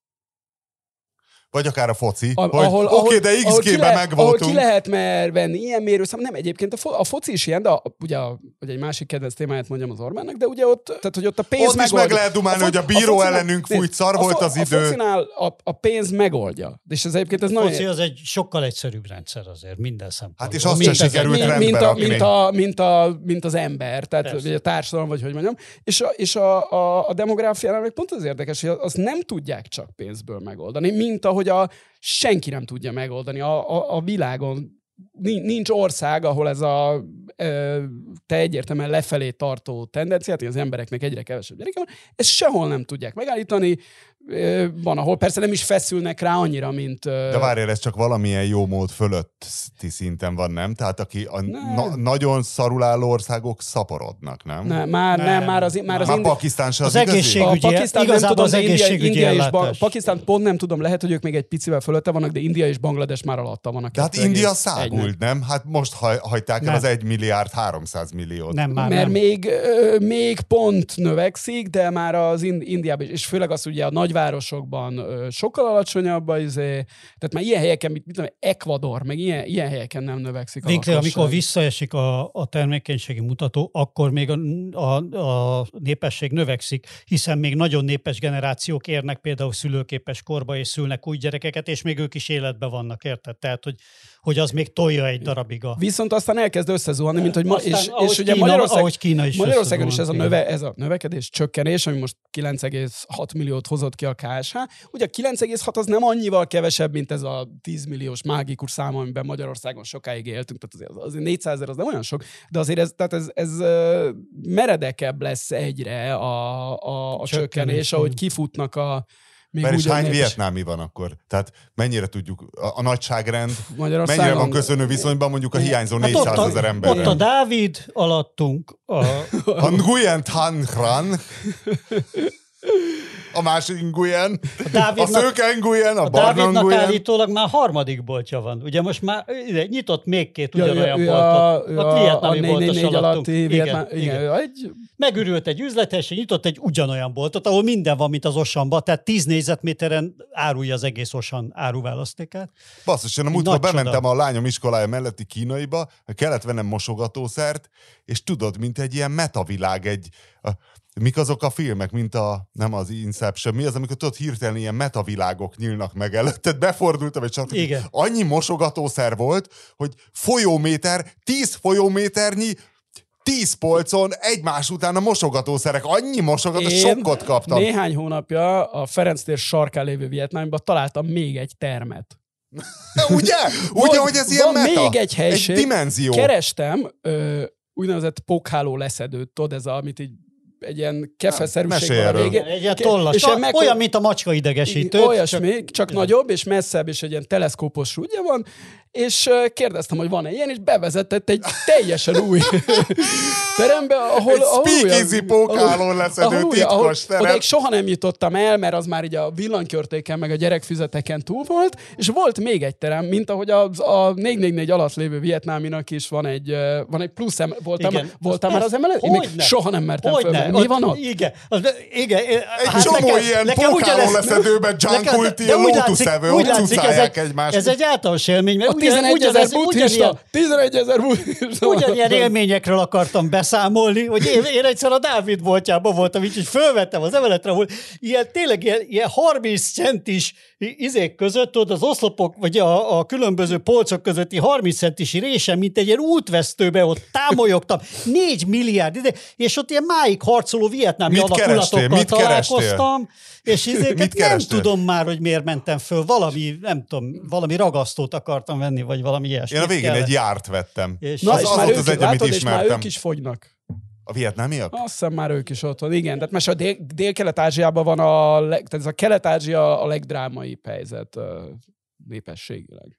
vagy akár a foci, oké, de XG-ben megvoltunk. Ahol ki lehet venni ilyen mérőszám. Nem, egyébként a foci is ilyen, de ugye egy másik kedvenc témáját mondjam az Orbánnak, de ugye ott a pénz ott is meg lehet dumálni, hogy a bíró ellenünk fújt, szar volt az idő. A focinál a pénz megoldja. És ez egyébként ez nagyon... A foci az egy sokkal egyszerűbb rendszer azért, minden szempontból. Hát és azt sem sikerült rendbe rakni. Mint az ember, tehát a társadalom, vagy hogy mondjam. És a demográfiánál meg pont az érdekes, hogy azt nem tudják csak pénzből megoldani, mint ahogy senki nem tudja megoldani a világon. Nincs ország, ahol ez te egyértelműen lefelé tartó tendenciát, hogy az embereknek egyre kevesebb gyereke van, ezt sehol nem tudják megállítani. Van, ahol persze nem is feszülnek rá annyira, mint... De várjál, ez csak valamilyen jó mód fölötti szinten van, nem? Tehát aki nagyon szarul álló országok szaporodnak, nem? Már Pakisztán se az egészségügyi, igazából az egészségügyi ellátás. Pakisztán pont nem tudom, lehet, hogy ők még egy picivel fölötte vannak, de India és Banglades már alatta vannak. De hát India szágult, nem? Hát most hagyták el az 1 milliárd 300 milliót. Mert még pont növekszik, de már az Indiában, és főleg az ugye a nagyvárosokban sokkal alacsonyabb, tehát már ilyen helyeken, mit tudom, Ecuador, meg ilyen helyeken nem növekszik a lakosság. Amikor visszaesik a termékenységi mutató, akkor még a népesség növekszik, hiszen még nagyon népes generációk érnek például szülőképes korba, és szülnek új gyerekeket, és még ők is életben vannak, érted? Tehát, hogy az még tolja egy darabig Viszont aztán elkezd összezuhanni, mint hogy és ugye Magyarországon is ez a növekedés, csökkenés, ami most 9,6 milliót hozott ki a KSH. Ugye a 9,6 az nem annyival kevesebb, mint ez a 10 milliós mágikus szám, amiben Magyarországon sokáig éltünk, tehát azért 400 000 az nem olyan sok, de azért ez meredekebb lesz egyre a csökkenés, ahogy kifutnak És hány vietnámi van akkor? Tehát mennyire tudjuk, a nagyságrend, mennyire van köszönő viszonyban mondjuk a hiányzó 400 000 ember? Ott a Dávid alattunk. A Nguyen Thanh Tran, a másik Nguyen, a szőke Nguyen, a barna Nguyen. Dávidnak állítólag már harmadik boltja van. Ugye most már nyitott még 2 ugyanolyan boltot. Ott vietnami boltos alattunk. Igen. Megürült egy üzletes, nyitott egy ugyanolyan boltot, ahol minden van, mint az Osanban, tehát 10 négyzetméteren árulja az egész Osan áruválasztékát. Basszus, én a múltkor bementem a lányom iskolája melletti kínaiba, kellett vennem mosogatószert, és tudod, mint egy ilyen metavilág, mik azok a filmek, mint nem az Inception, mi az, amikor tudod, hirtelen ilyen metavilágok nyílnak meg előtted, befordultam, és csak annyi mosogatószer volt, hogy 10 folyóméternyi, 10 polcon egymás után a mosogatószerek, annyi sokkot kaptam. Néhány hónapja a Ferenc tér sarkán lévő Vietnámban találtam még egy termet. Ugye? Ugye, hogy ez ilyen meta? Még egy helység. Egy dimenzió. Kerestem úgynevezett pókháló leszedőt, tudod, ez amit így egy ilyen kefeszerűség van a végén. Egy ilyen tollas, olyan, mint a macska idegesítő. Olyasmi, csak nagyobb és messzebb, és egy ilyen teleszkópos súlya van, és kérdeztem, hogy van-e ilyen, és bevezetett egy teljesen új terembe, ahol... Speakeasy pókháló leszedő titkos terem. Odaig soha nem jutottam el, mert az már így a villanykörtéken, meg a gyerekfüzeteken túl volt, és volt még egy terem, mint ahogy a 444 alatt lévő vietnáminak is van egy plusz voltam már az emelet? Én még soha nem mertem föl. Mi van ott? Igen. Egy csomó ilyen pókháló leszedőben junkult, ilyen lótuszevő, ott cuccálják egymást. Ez egy általános élmény, mert 11 000 buddhista. Ugyanilyen élményekről akartam beszámolni, hogy én egyszer a Dávid boltjában voltam, így fölvettem az emeletre, ahol tényleg ilyen 30 centis izék között, tudod, az oszlopok, vagy a különböző polcok közötti 30 centis résen, mint egy ilyen útvesztőbe, ott támolyogtam, 4 milliárd, és ott ilyen máig harcoló vietnámi alakulatokkal találkoztam, és nem tudom már, hogy miért mentem föl, valami ragasztót akartam venni, vagy valami ilyesmi. Én a végén egy járt vettem. És volt az egy, amit ismertem. És már ők is fogynak. A vietnámiak? Azt hiszem már ők is ott van, igen. Tehát most a Dél-Kelet-Ázsiában van tehát ez a Kelet-Ázsia a legdrámaibb helyzet népességileg.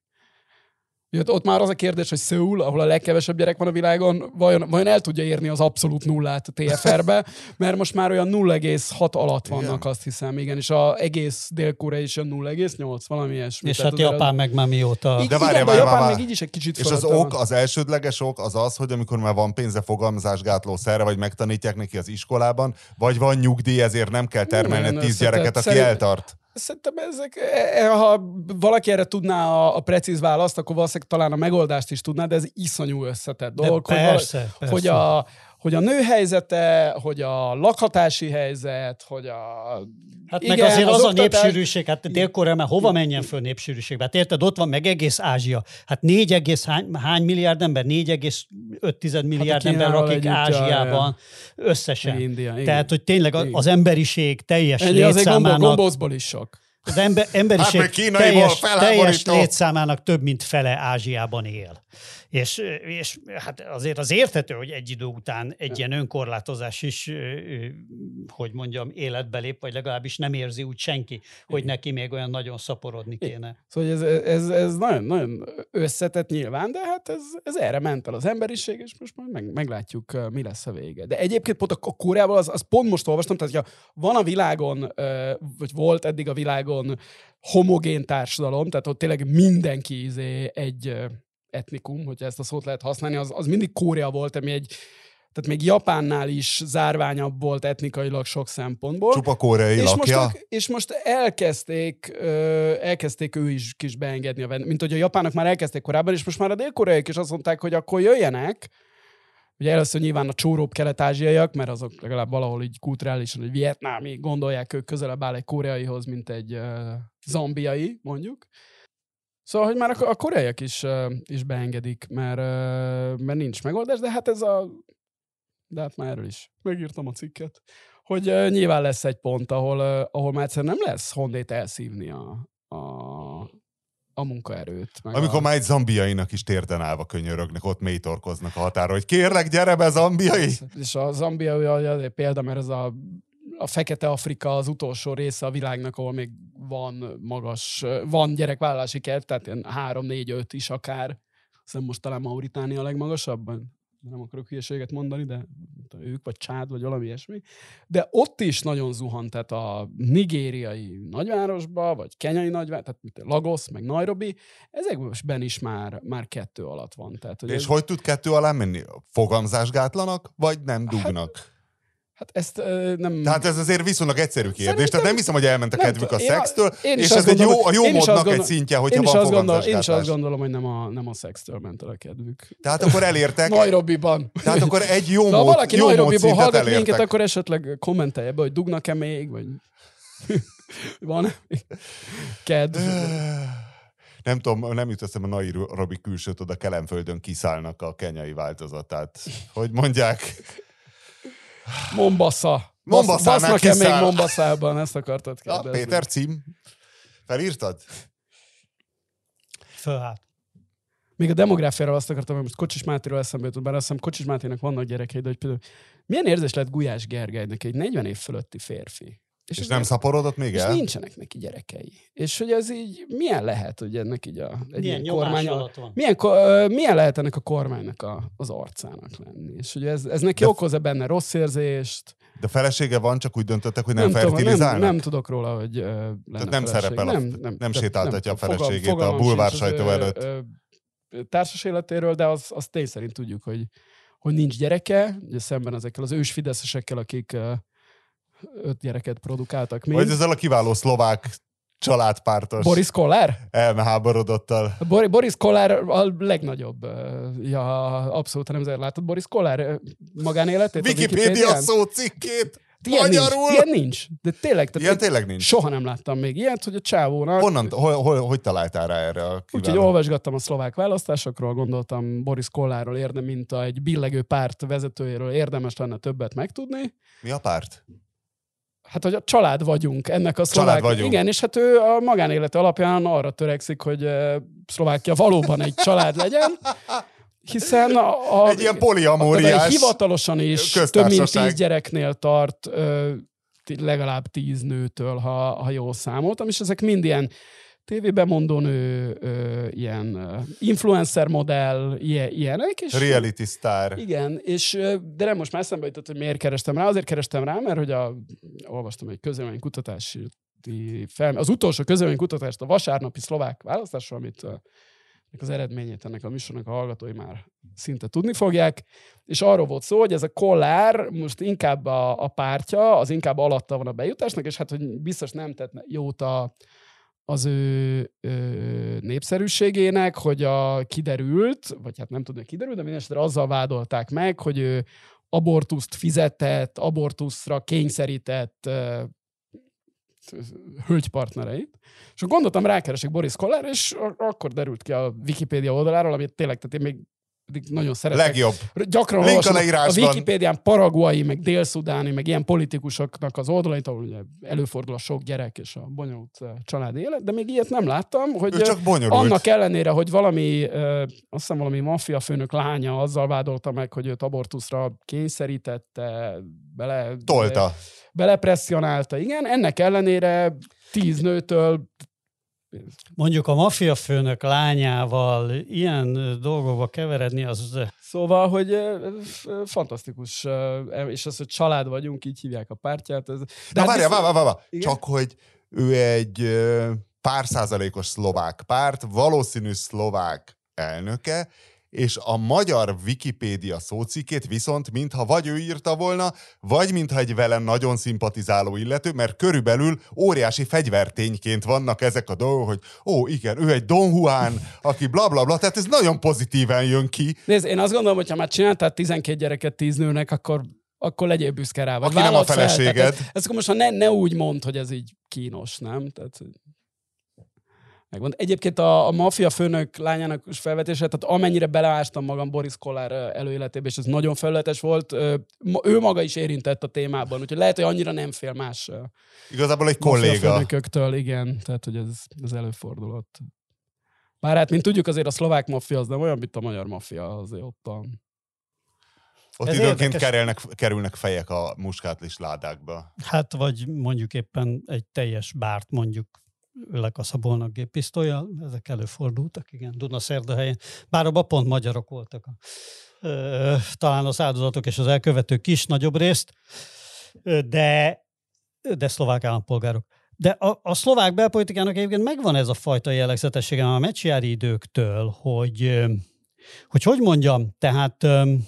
Ott már az a kérdés, hogy Szöul, ahol a legkevesebb gyerek van a világon, vajon el tudja érni az abszolút nullát a TFR-be, mert most már olyan 0,6 alatt vannak, igen. Azt hiszem, igen, és az egész Dél-Korea is olyan 0,8, valami ilyesmi. És hát Japán meg már mióta. De várjál, Japán meg így is egy kicsit. És az elsődleges ok az, hogy amikor már van pénze fogalmazásgátló szerre, vagy megtanítják neki az iskolában, vagy van nyugdíj, ezért nem kell termelni 10 gyereket, aki eltart. Szerintem ha valaki erre tudná a precíz választ, akkor valószínűleg talán a megoldást is tudná, de ez iszonyú összetett dolog. Persze. Hogy a nő helyzete, hogy a lakhatási helyzet, hogy a... Hát igen, meg azért az a népsűrűség, hát Dél-Korea már hova menjen föl népsűrűségbe? Hát érted, ott van meg egész Ázsia. Hát 4, hány milliárd ember? 4,5 milliárd ember lakik Ázsiában összesen. India, tehát, hogy tényleg az emberiség teljes létszámának... Gombózból is sok. Az emberiség teljes létszámának több mint fele Ázsiában él. És hát azért az érthető, hogy egy idő után egy ilyen önkorlátozás is, hogy mondjam, életbe lép, vagy legalábbis nem érzi úgy senki, hogy neki még olyan nagyon szaporodni kéne. Szóval ez nagyon, nagyon összetett nyilván, de hát ez erre ment el az emberiség, és most majd meglátjuk, mi lesz a vége. De egyébként pont a Koreával, az pont most olvastam, tehát hogyha van a világon, vagy volt eddig a világon homogén társadalom, tehát ott tényleg mindenki egy etnikum, hogyha ezt a szót lehet használni, az mindig Korea volt, ami tehát még Japánnál is zárványabb volt etnikailag sok szempontból. Csupa koreai lakja. És most elkezdték ő is kis beengedni a mint hogy a japánok már elkezdték korábban, és most már a dél-koreaiak is azt mondták, hogy akkor jöjjenek. Ugye először nyilván a csóróbb kelet-ázsiaiak, mert azok legalább valahol így kulturálisan, hogy vietnámi, gondolják, ők közelebb áll egy koreaihoz, mint egy zambiai, mondjuk. Szóval, hogy már a koreaiak is beengedik, mert nincs megoldás, de hát de hát már erről is megírtam a cikket, hogy nyilván lesz egy pont, ahol már egyszerűen nem lesz honnét elszívni a munkaerőt. Amikor már egy zambiainak is térden állva könyörögnek, ott mélytorkoznak a határa, hogy kérlek, gyere be, zambiai! És a zambiai azért példa, mert ez a Fekete Afrika az utolsó része a világnak, ahol még van gyerekvállalási kedv, tehát ilyen 3-4-5 is akár. Szerintem most talán Mauritánia a legmagasabban. Nem akarok hülyeséget mondani, de ők, vagy Csád, vagy valami ilyesmi. De ott is nagyon zuhant, tehát a nigériai nagyvárosba, vagy kenyai nagyváros, tehát Lagos, meg Nairobi, ezekben is már 2 alatt van. Tehát, és hogy tud 2 alá menni? Fogamzásgátlanak, vagy nem dugnak? Hát ezt nem... Tehát ez azért viszonylag egyszerű kérdés. Tehát nem hiszem, hogy elment a kedvük a szextől, és ez egy jó módnak egy szintje, hogyha van fogamzásgátlás. Én is azt gondolom, hogy nem a szextől ment el a kedvük. Tehát akkor elértek... Nairobiban. Tehát akkor egy jó mód ha valaki Nairobiból hallgat elértek. minket, akkor esetleg kommentelje be, hogy dugnak-e még, vagy van kedv. Nem tudom, nem jut eszembe a Nairobi külsőt, oda Kelenföldön kiszállnak a kenyai változatát. Hogy mondják... Mombasa. Basznak-e még Mombaszában? Ezt akartad kérdezni. Péter cím. Felírtad? Fölállt. Még a demográfiáról azt akartam, hogy most Kocsis Mátéről eszembe jutott, bár azt hiszem Kocsis Mátének vannak gyerekei, de hogy például milyen érzés lett Gulyás Gergelynek, egy 40 év fölötti férfi. És nem szaporodott még el? És nincsenek neki gyerekei. És hogy ez így, milyen lehet, hogy ennek így milyen kormány alatt van? Milyen lehet ennek a kormánynak az arcának lenni? És hogy ez neki okoz-e benne rossz érzést? De felesége van, csak úgy döntöttek, hogy nem fertilizálnak? Nem tudok róla, hogy tehát nem szerepel, nem sétáltatja a feleségét a bulvár sajtó előtt. Társas életéről, de az tény szerint tudjuk, hogy nincs gyereke, ugye szemben ezekkel az ős fideszesekkel, akik 5 gyereket produkáltak még. Vagy ezzel a kiváló szlovák családpártos. Boris Kollár? Elmeháborodottal. Boris Kollár a legnagyobb. Abszolút nem látod Boris Kollár magánéletét? Wikipédia szócikkét! Magyarul! Ilyen nincs. De tényleg, ilyen tényleg nincs. Soha nem láttam még ilyet, hogy a csávónak... Honnan, hogy találtál rá erre a kiváló? Úgyhogy olvasgattam a szlovák választásokról, gondoltam Boris Kollárról mint egy billegő párt vezetőjéről érdemes lenne többet megtudni. Mi a párt? Hát, hogy a család vagyunk ennek a szlovák... Igen, és hát ő a magánélete alapján arra törekszik, hogy Szlovákia valóban egy család legyen, hiszen egy ilyen poliamóriás hivatalosan is több mint 10 gyereknél tart, legalább 10 nőtől, ha jól számoltam, és ezek mind ilyen tévébemondó nő, ilyen influencer modell, ilyenek. És reality star. Igen, de nem most már eszembe jutott, hogy miért kerestem rá. Azért kerestem rá, mert hogy olvastam egy közvéleménykutatási az utolsó közvéleménykutatást a vasárnapi szlovák választásról, amit az eredményét ennek a műsornak a hallgatói már szinte tudni fogják, és arról volt szó, hogy ez a Kollár most inkább a pártja, az inkább alatta van a bejutásnak, és hát, hogy biztos nem tett jót az ő népszerűségének, hogy kiderült, vagy hát nem tudom, hogy kiderült, de mindenesetre azzal vádolták meg, hogy ő abortuszt fizetett, abortuszra kényszerített hölgypartnereit. És gondoltam, rákeresek Boris Kollár, és akkor derült ki a Wikipédia oldaláról, amit tényleg, tehát én még nagyon szeretek. Legjobb. Gyakran olvasom a Wikipédián paraguai, meg dél-szudáni, meg ilyen politikusoknak az oldalait, ahol ugye előfordul a sok gyerek és a bonyolult családi élet, de még ilyet nem láttam, hogy csak annak ellenére, hogy azt hiszem valami maffia főnök lánya azzal vádolta meg, hogy őt abortuszra kényszerítette, belepresszionálta, igen, ennek ellenére 10 nőtől mondjuk a maffia főnök lányával ilyen dolgokba keveredni, az... Szóval, hogy fantasztikus, és az, hogy család vagyunk, így hívják a pártját. De várjál. Csak hogy ő egy pár százalékos szlovák párt, valószínű szlovák elnöke, és a magyar Wikipédia szócikkét viszont mintha vagy ő írta volna, vagy mintha egy vele nagyon szimpatizáló illető, mert körülbelül óriási fegyvertényként vannak ezek a dolgok, hogy igen, ő egy Don Juan, aki blablabla, tehát ez nagyon pozitíven jön ki. Nézd, én azt gondolom, hogy ha már csináltál 12 gyereket 10 nőnek, akkor legyél büszke rá. Vagy aki nem a feleséged. Ezt most ne úgy mondd, hogy ez így kínos, nem? Tehát... Megmond. Egyébként a maffia főnök lányának felvetése, tehát amennyire beleástam magam Boris Kollár előéletébe, és ez nagyon felületes volt, ő maga is érintett a témában, úgyhogy lehet, hogy annyira nem fél más igazából egy kolléga. Maffia főnököktől, igen, tehát hogy ez előfordulott. Bár hát, mint tudjuk, azért a szlovák maffia az nem olyan, mint a magyar maffia, azért ottan. Ott időnként kerülnek fejek a muskátlis ládákba. Hát, vagy mondjuk éppen egy teljes bárt mondjuk lekaszabolnak géppisztollyal, ezek előfordultak, igen, Dunaszerdahelyen. Bár abban pont magyarok voltak talán az áldozatok és az elkövetők is nagyobb részt, de szlovák állampolgárok. De a szlovák belpolitikának egyébként megvan ez a fajta jellegzetessége a Mecsiári időktől, hogy mondjam, tehát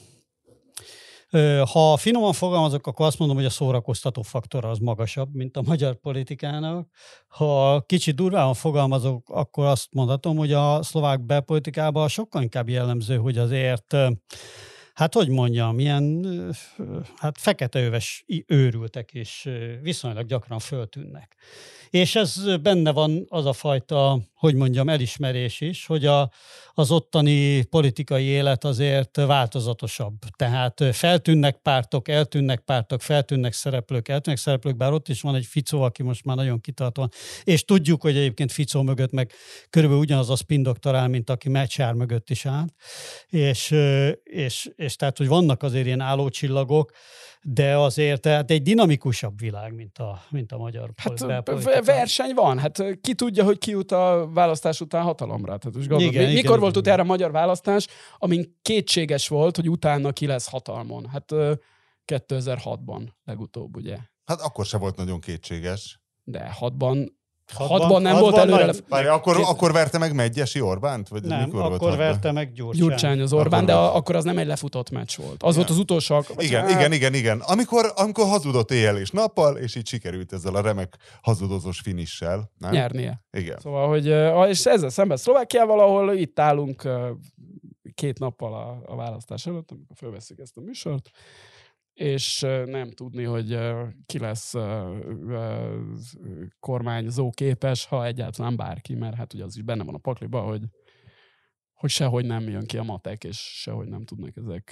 ha finoman fogalmazok, akkor azt mondom, hogy a szórakoztató faktor az magasabb, mint a magyar politikának. Ha kicsit durván fogalmazok, akkor azt mondhatom, hogy a szlovák belpolitikában sokkal inkább jellemző, hogy azért, hát hogy mondjam, ilyen feketeöves őrültek és viszonylag gyakran föltűnnek. És ez benne van az a fajta, hogy mondjam, elismerés is, hogy az ottani politikai élet azért változatosabb. Tehát feltűnnek pártok, eltűnnek pártok, feltűnnek szereplők, bár ott is van egy Fico, aki most már nagyon kitartóan, és tudjuk, hogy egyébként Fico mögött meg körülbelül ugyanaz a spin doktor áll, mint aki Mečiar mögött is állt. És tehát, hogy vannak azért ilyen állócsillagok, de azért tehát egy dinamikusabb világ, mint a magyar politika. Verseny van. Hát ki tudja, hogy ki jut a választás után hatalomra. Tehát most gondolod, mikor volt utána a magyar választás, amin kétséges volt, hogy utána ki lesz hatalmon? Hát 2006-ban legutóbb, ugye? Hát akkor se volt nagyon kétséges. De 6-ban nem volt előre. Akkor verte meg Medgyessy Orbánt? Vagy nem, akkor verte meg Gyurcsány az Orbán, de akkor az nem egy lefutott meccs volt. Az volt az utolsó. Igen. Amikor hazudott éjjel és nappal, és így sikerült ezzel a remek hazudozós finissel. Nem? Nyernie. Igen. Szóval, hogy és ezzel szemben Szlovákiával, ahol itt állunk 2 nappal a választás előtt, amikor fölveszik ezt a műsort, és nem tudni, hogy ki lesz kormányzó képes, ha egyáltalán bárki, mert hát ugye az is benne van a pakliba, hogy sehogy nem jön ki a matek, és sehogy nem tudnak ezek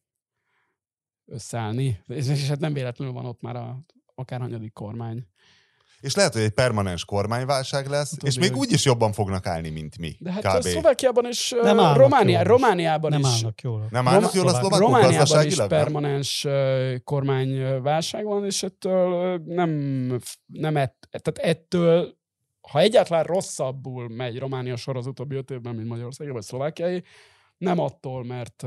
összeállni. És hát nem véletlenül van ott már akárhanyadik kormány. És lehet, hogy egy permanens kormányválság lesz, és még úgy is jobban fognak állni, mint mi. De hát kb. Szlovákiában és Romániában is. Nem állnak jól. Nem állnak jól a szlovákok Romániában gazdaságilag? is permanens kormányválság van, és ettől tehát ettől, ha egyáltalán rosszabbul megy Románia sor az utóbbi 5 évben, mint Magyarország, vagy Szlovákiai, nem attól,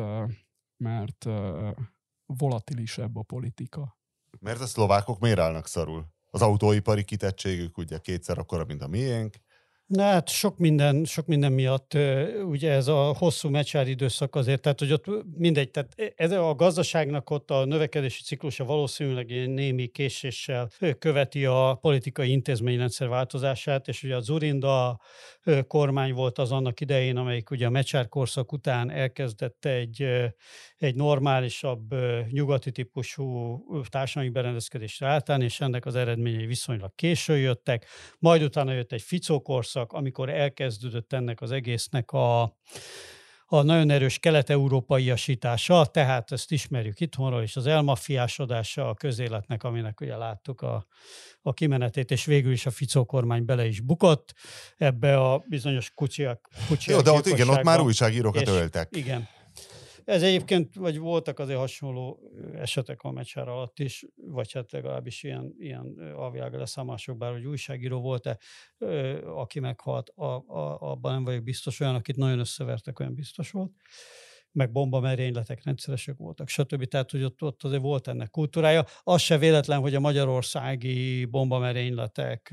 mert volatilisebb a politika. Mert a szlovákok miért állnak szarul? Az autóipari kitettségük ugye 2-szer akkora, mint a miénk. Hát sok minden miatt, ugye ez a hosszú Mečiar időszak azért, tehát hogy ott mindegy, tehát ez a gazdaságnak ott a növekedési ciklusa valószínűleg némi késéssel követi a politikai intézményrendszer változását, és ugye a Dzurinda kormány volt az annak idején, amelyik ugye a Mečiar korszak után elkezdett egy normálisabb, nyugati típusú társadalmi berendezkedésre átállni, és ennek az eredményei viszonylag későn jöttek. Majd utána jött egy Fico korszak, amikor elkezdődött ennek az egésznek a nagyon erős kelet-európaiasítása, tehát ezt ismerjük itthonról, és az elmaffiásodása a közéletnek, aminek ugye láttuk a kimenetét, és végül is a Fico kormány bele is bukott ebbe a bizonyos kucsiak Jó, de ott már újságírókat öltek. Igen. Ez egyébként, vagy voltak azért hasonló esetek a Mečiar alatt is, vagy hát legalábbis ilyen alvilága leszámolások, bár hogy újságíró volt-e, aki meghalt, abban nem vagyok biztos, olyan, akit nagyon összevertek, olyan biztos volt, meg bombamerényletek rendszeresek voltak, stb. Tehát, hogy ott azért volt ennek kultúrája. Az se véletlen, hogy a magyarországi bombamerényletek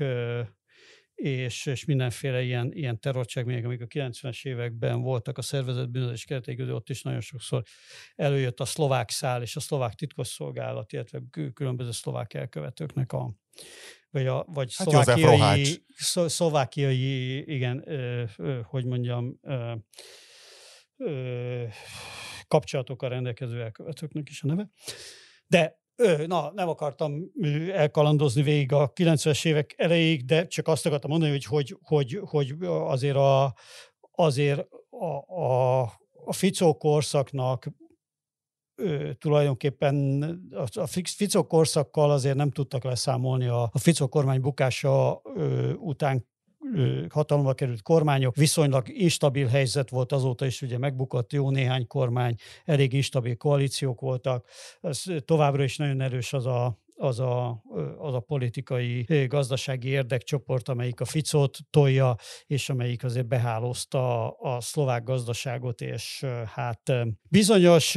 és mindenféle ilyen terrorcselekmények, amik a 90-es években voltak a szervezett bűnözés keretei között, ott is nagyon sokszor előjött a szlovák szál és a szlovák titkosszolgálat, illetve különböző szlovák elkövetőknek vagy szlovákiai, igen, hogy mondjam, kapcsolatokkal rendelkező elkövetőknek is a neve. De nem akartam elkalandozni végig a 90-es évek elejéig, de csak azt akartam mondani, hogy azért a Fico korszaknak tulajdonképpen a Fico korszakkal azért nem tudtak leszámolni a Fico kormány bukása után hatalomba került kormányok. Viszonylag instabil helyzet volt azóta is, ugye megbukott jó néhány kormány, elég instabil koalíciók voltak. Ez továbbra is nagyon erős az a politikai, gazdasági érdekcsoport, amelyik a Ficót tolja, és amelyik azért behálózta a szlovák gazdaságot, és hát bizonyos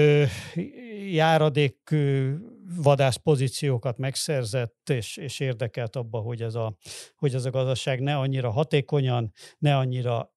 járadék vadász pozíciókat megszerzett, és érdekelt abba, hogy ez a gazdaság ne annyira hatékonyan, ne annyira,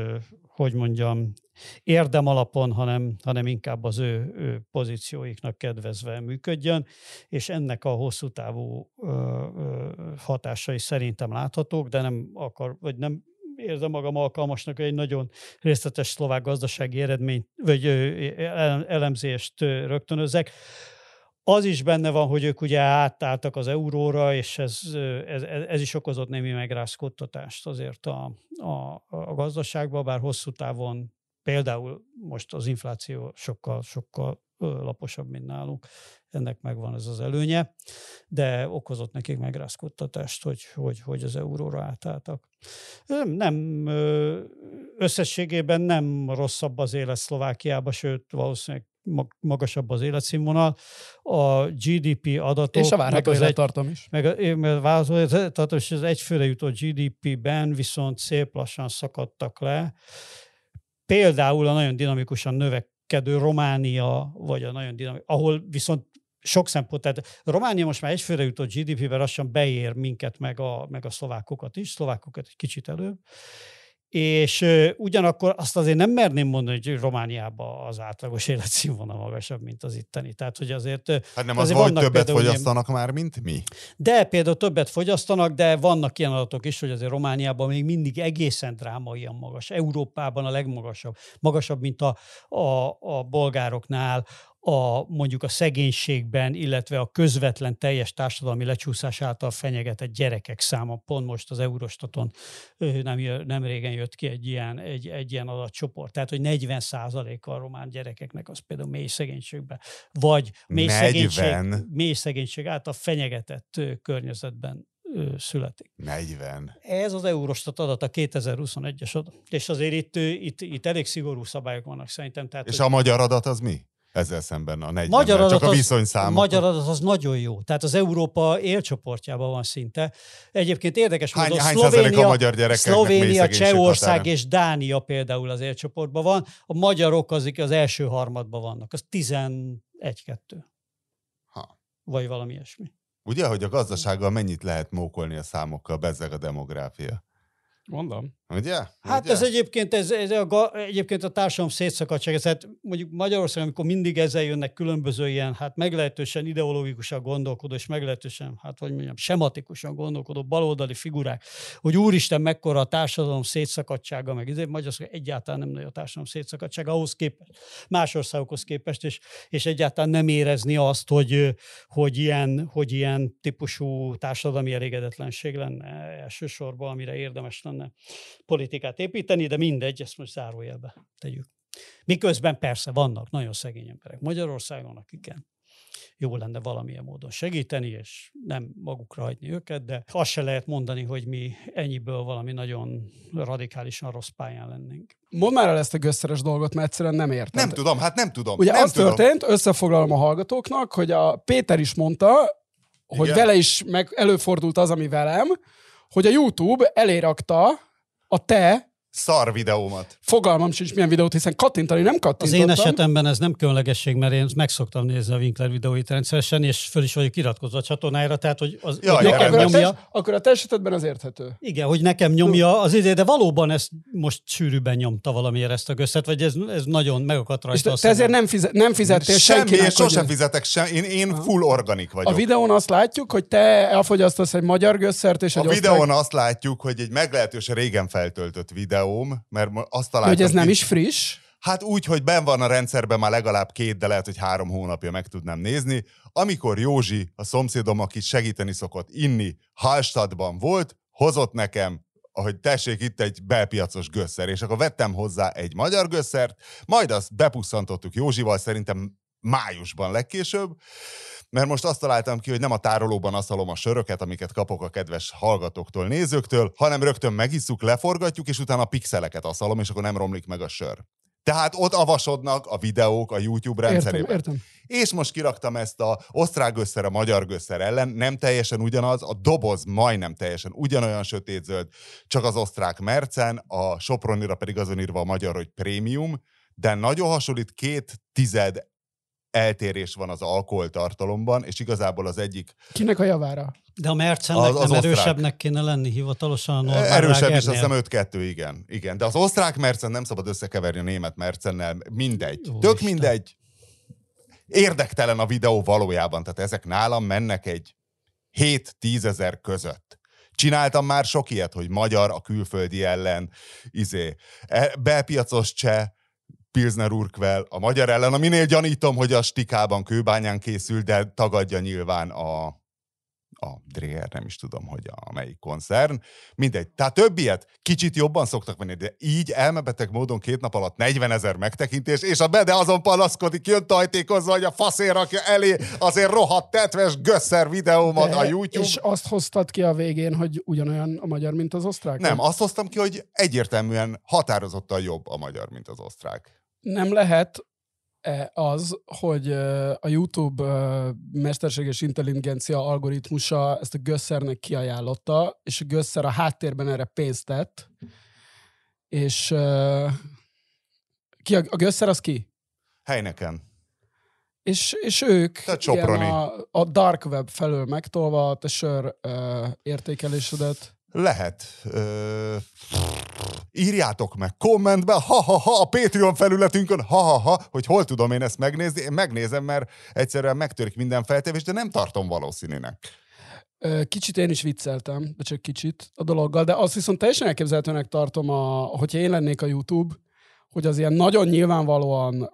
érdem alapon, hanem inkább az ő pozícióiknak kedvezve működjön, és ennek a hosszú távú hatásai szerintem láthatók, de nem érzem magam alkalmasnak, hogy egy nagyon részletes szlovák gazdasági eredményt, vagy elemzést rögtönözzek. Az is benne van, hogy ők ugye átálltak az euróra, és ez is okozott némi megrázkódtatást azért a gazdaságban, bár hosszú távon például most az infláció sokkal laposabb, mint nálunk. Ennek megvan ez az előnye, de okozott nekik megrázkódtatást, hogy az euróra átálltak. Nem összességében nem rosszabb az élet Szlovákiában, sőt valószínűleg magasabb az életszínvonal. A GDP adatok... És a várható élettartam is. Meg a várható élettartam is, az egyfőre jutott GDP-ben viszont szép lassan szakadtak le. Például a nagyon dinamikusan növekedő Románia, vagy a nagyon dinamikus, ahol viszont sok szempont, tehát Románia most már egyfőre jutott GDP-ben lassan beér minket, meg a szlovákokat is, szlovákokat egy kicsit előbb. És ugyanakkor azt azért nem merném mondani, hogy Romániában az átlagos életszínvonal magasabb, mint az itteni. Tehát, hogy azért... Hát nem az, hogy többet fogyasztanak már, mint mi? De például többet fogyasztanak, de vannak ilyen adatok is, hogy azért Romániában még mindig egészen drámaian magas. Európában a legmagasabb. Magasabb, mint a bolgároknál, mondjuk a szegénységben, illetve a közvetlen teljes társadalmi lecsúszás által fenyegetett gyerekek száma. Pont most az Eurostaton nem régen jött ki egy ilyen adatcsoport. Tehát, hogy 40%-a a román gyerekeknek az például mély szegénységben, vagy mély szegénység által fenyegetett környezetben születik. 40. Ez az Eurostat adat, a 2021-es adat. És azért itt elég szigorú szabályok vannak szerintem. Tehát, és a magyar adat az mi? Ezzel szemben a 40, magyar csak a viszonyszámok. A magyar adat az nagyon jó. Tehát az Európa élcsoportjában van szinte. Egyébként érdekes módon Szlovénia, Csehország és Dánia például az élcsoportban van. A magyarok az első harmadban vannak. Az 11-2. Vagy valami ilyesmi. Ugye, hogy a gazdasággal mennyit lehet mókolni a számokkal, bezzeg a demográfia? Mondom. Ugye? Hát ez egyébként a társadalom szétszakadtság, tehát mondjuk Magyarországon, amikor mindig ezzel jönnek különböző ilyen, hát meglehetősen ideológikusan gondolkodó, és meglehetősen, sematikusan gondolkodó baloldali figurák, hogy úristen, mekkora a társadalom szétszakadtsága, meg Magyarországon egyáltalán nem nagy a társadalom szétszakadtsága ahhoz képest, más országokhoz képest, és egyáltalán nem érezni azt, hogy ilyen típusú társadalmi elégedetlenség lenne elsősorban, amire érdemes lenne politikát építeni, de mindegy, ezt most zárójelbe tegyük. Miközben persze vannak nagyon szegény emberek Magyarországon, akiken jó lenne valamilyen módon segíteni, és nem magukra hagyni őket, de azt se lehet mondani, hogy mi ennyiből valami nagyon radikálisan rossz pályán lennénk. Mondd már el ezt a gösszeres dolgot, mert egyszerűen nem értem. Nem tudom. Ugye nem az tudom. történt, összefoglalom a hallgatóknak, hogy a Péter is mondta, hogy igen, vele is előfordult az, ami velem, hogy a YouTube elérakta a te szar videómat. Fogalmam sincs, milyen videót, hiszen kattintani nem kattintottam. Az én esetemben ez nem különlegesség, mert én meg szoktam nézni a Winkler videóit rendszeresen, és föl is vagyok iratkozva a csatornájára, tehát hogy nekem nyomja. Akkor a te esetedben az érthető. Igen, hogy nekem nyomja az idő, de valóban ezt most sűrűbben nyomta valamiért ezt a gösszet, vagy ez nagyon megakadt rajta. És te ezért nem fizettél senkinek. Én sosem fizetek én full organik vagyok. A videón azt látjuk, hogy te elfogyasztasz egy magyar gösszert, és a videón azt látjuk, hogy egy meglehetősen régen feltöltött videóm, mert azt találtam, hogy ez nem is friss? Hát úgy, hogy benn van a rendszerben már legalább 2, de lehet, hogy 3 hónapja meg tudnám nézni. Amikor Józsi, a szomszédom, aki segíteni szokott inni, Hallstattban volt, hozott nekem, ahogy tessék, itt egy belpiacos gösszer, és akkor vettem hozzá egy magyar gösszert, majd azt bepusszantottuk Józsival, szerintem májusban legkésőbb, mert most azt találtam ki, hogy nem a tárolóban aszalom a söröket, amiket kapok a kedves hallgatóktól, nézőktől, hanem rögtön megisszuk, leforgatjuk, és utána a pixeleket aszalom, és akkor nem romlik meg a sör. Tehát ott avasodnak a videók a YouTube rendszerében. Értem. És most kiraktam ezt a osztrák gösszer a magyar gösszer ellen, nem teljesen ugyanaz, a doboz majdnem teljesen ugyanolyan sötétzöld, csak az osztrák Mercen, a Sopronira pedig azon írva a magyar, hogy prémium, de nagyon hasonlít, 0,2 eltérés van az alkoholtartalomban, és igazából az egyik... Kinek a javára? De a Mercennek nem erősebbnek kéne lenni hivatalosan a normál erősebb is, azt hiszem 5-2, igen. De az osztrák Mercen nem szabad összekeverni a német Mercennel, mindegy. Tök mindegy. Érdektelen a videó valójában, tehát ezek nálam mennek egy 7-10 ezer között. Csináltam már sok ilyet, hogy magyar a külföldi ellen, belpiacos cseh, Pilsner Urquell a magyar ellen, aminél gyanítom, hogy a Stikában, Kőbányán készül, de tagadja nyilván a Dreher, nem is tudom, hogy a melyik koncern. Mindegy. Tehát több ilyet kicsit jobban szoktak menni, de így elmebeteg módon 2 nap alatt 40 000 megtekintés, és a Bede azon panaszkodik, jön tajtékozva, hogy a faszér rakja elé azért rohadt tetves gösszer videómat a YouTube. És azt hoztad ki a végén, hogy ugyanolyan a magyar, mint az osztrák? Nem, azt hoztam ki, hogy egyértelműen határozottan jobb a magyar, mint az osztrák. Nem lehet az, hogy a YouTube mesterséges intelligencia algoritmusa ezt a Gösszernek kiajánlotta, és a Gösser a háttérben erre pénzt tett, és a Gösser az ki? Heineken. És ők a dark web felől megtolva a sör értékelésedet. Lehet. Írjátok meg kommentbe, ha-ha-ha, a Patreon felületünkön, ha-ha-ha, hogy hol tudom én ezt megnézni. Én megnézem, mert egyszerűen megtörik minden feltevés, de nem tartom valószínűnek. Kicsit én is vicceltem, de csak kicsit a dologgal, de azt viszont teljesen elképzelhetőnek tartom, hogyha én lennék a YouTube, hogy az ilyen nagyon nyilvánvalóan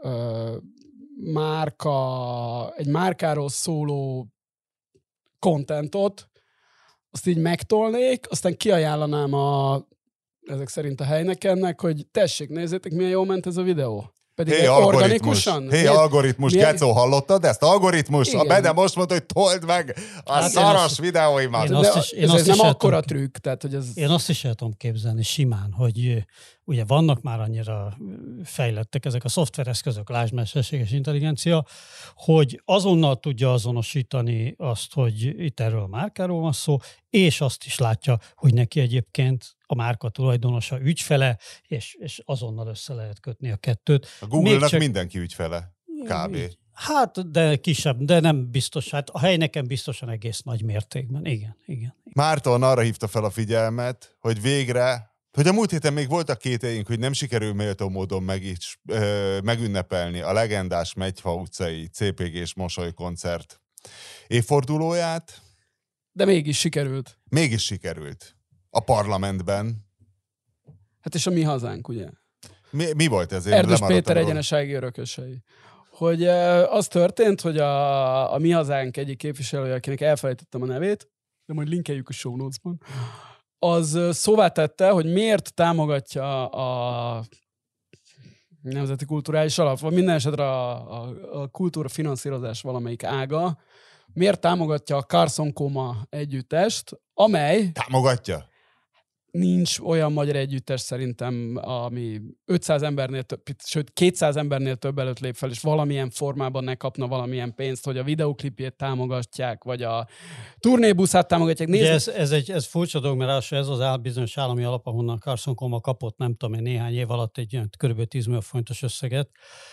egy márkáról szóló contentot, azt így megtolnék, aztán kiajánlanám ezek szerint a Heinekennek, hogy tessék, nézzétek, milyen jól ment ez a videó. Pedig organikusan. Algoritmus, Gecó, hallottad ezt? Algoritmus, igen. A Bede most mondta, hogy told meg a szaros videóimat. Ez nem akkora trükk. Tehát, hogy én azt is el tudom képzelni simán, hogy ugye vannak már annyira fejlettek ezek a szoftvereszközök, lásd mesterséges intelligencia, hogy azonnal tudja azonosítani azt, hogy itt erről a márkáról van szó, és azt is látja, hogy neki egyébként a márka tulajdonosa ügyfele, és azonnal össze lehet kötni a kettőt. A Google-nak mindenki ügyfele, kb. Hát, de kisebb, de nem biztos. Hát a Heineken biztosan egész nagy mértékben. Igen. Márton arra hívta fel a figyelmet, hogy végre, hogy a múlt héten még voltak kételjeink, hogy nem sikerül méltó módon megünnepelni a legendás Megyfa utcai CPG-s mosolykoncert évfordulóját. De mégis sikerült. Mégis sikerült. A parlamentben. Hát és a Mi Hazánk, ugye? Mi volt ez? Erdős Péter egyenesági örökösei. Hogy az történt, hogy a Mi Hazánk egyik képviselője, akinek elfelejtettem a nevét, de majd linkeljük a show notes-ban, az szóvá tette, hogy miért támogatja a Nemzeti Kulturális Alap, vagy minden esetre a kultúra finanszírozás valamelyik ága, miért támogatja a Carson Coma együttest, amely... Támogatja? Nincs olyan magyar együttes szerintem, ami 500 embernél több, sőt 200 embernél több előtt lép fel, és valamilyen formában ne kapna valamilyen pénzt, hogy a videoklipjét támogatják, vagy a turnébuszát támogatják. Ugye ez furcsa dolog, mert ez az bizonyos állami alap, ahonnan Carson Coma kapott, nem tudom én, néhány év alatt egy kb. 10 millió forintos összeget.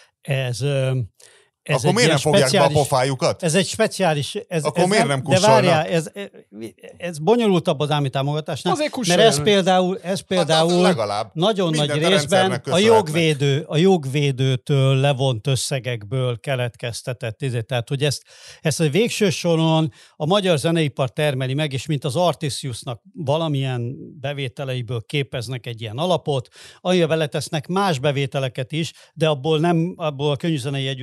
Akkor miért nem fogják be a pofájukat? Ez egy speciális... Akkor miért nem kussolnak? De várjál, ez bonyolultabb az állami támogatásnál, mert ez például nagyon nagy részben a jogvédőtől levont összegekből keletkeztetett. Tehát, hogy ezt a végső soron a magyar zeneipar termeli meg, és mint az Artisiusnak valamilyen bevételeiből képeznek egy ilyen alapot, amivel beletesznek más bevételeket is, de abból a könnyűzenei együttesek nem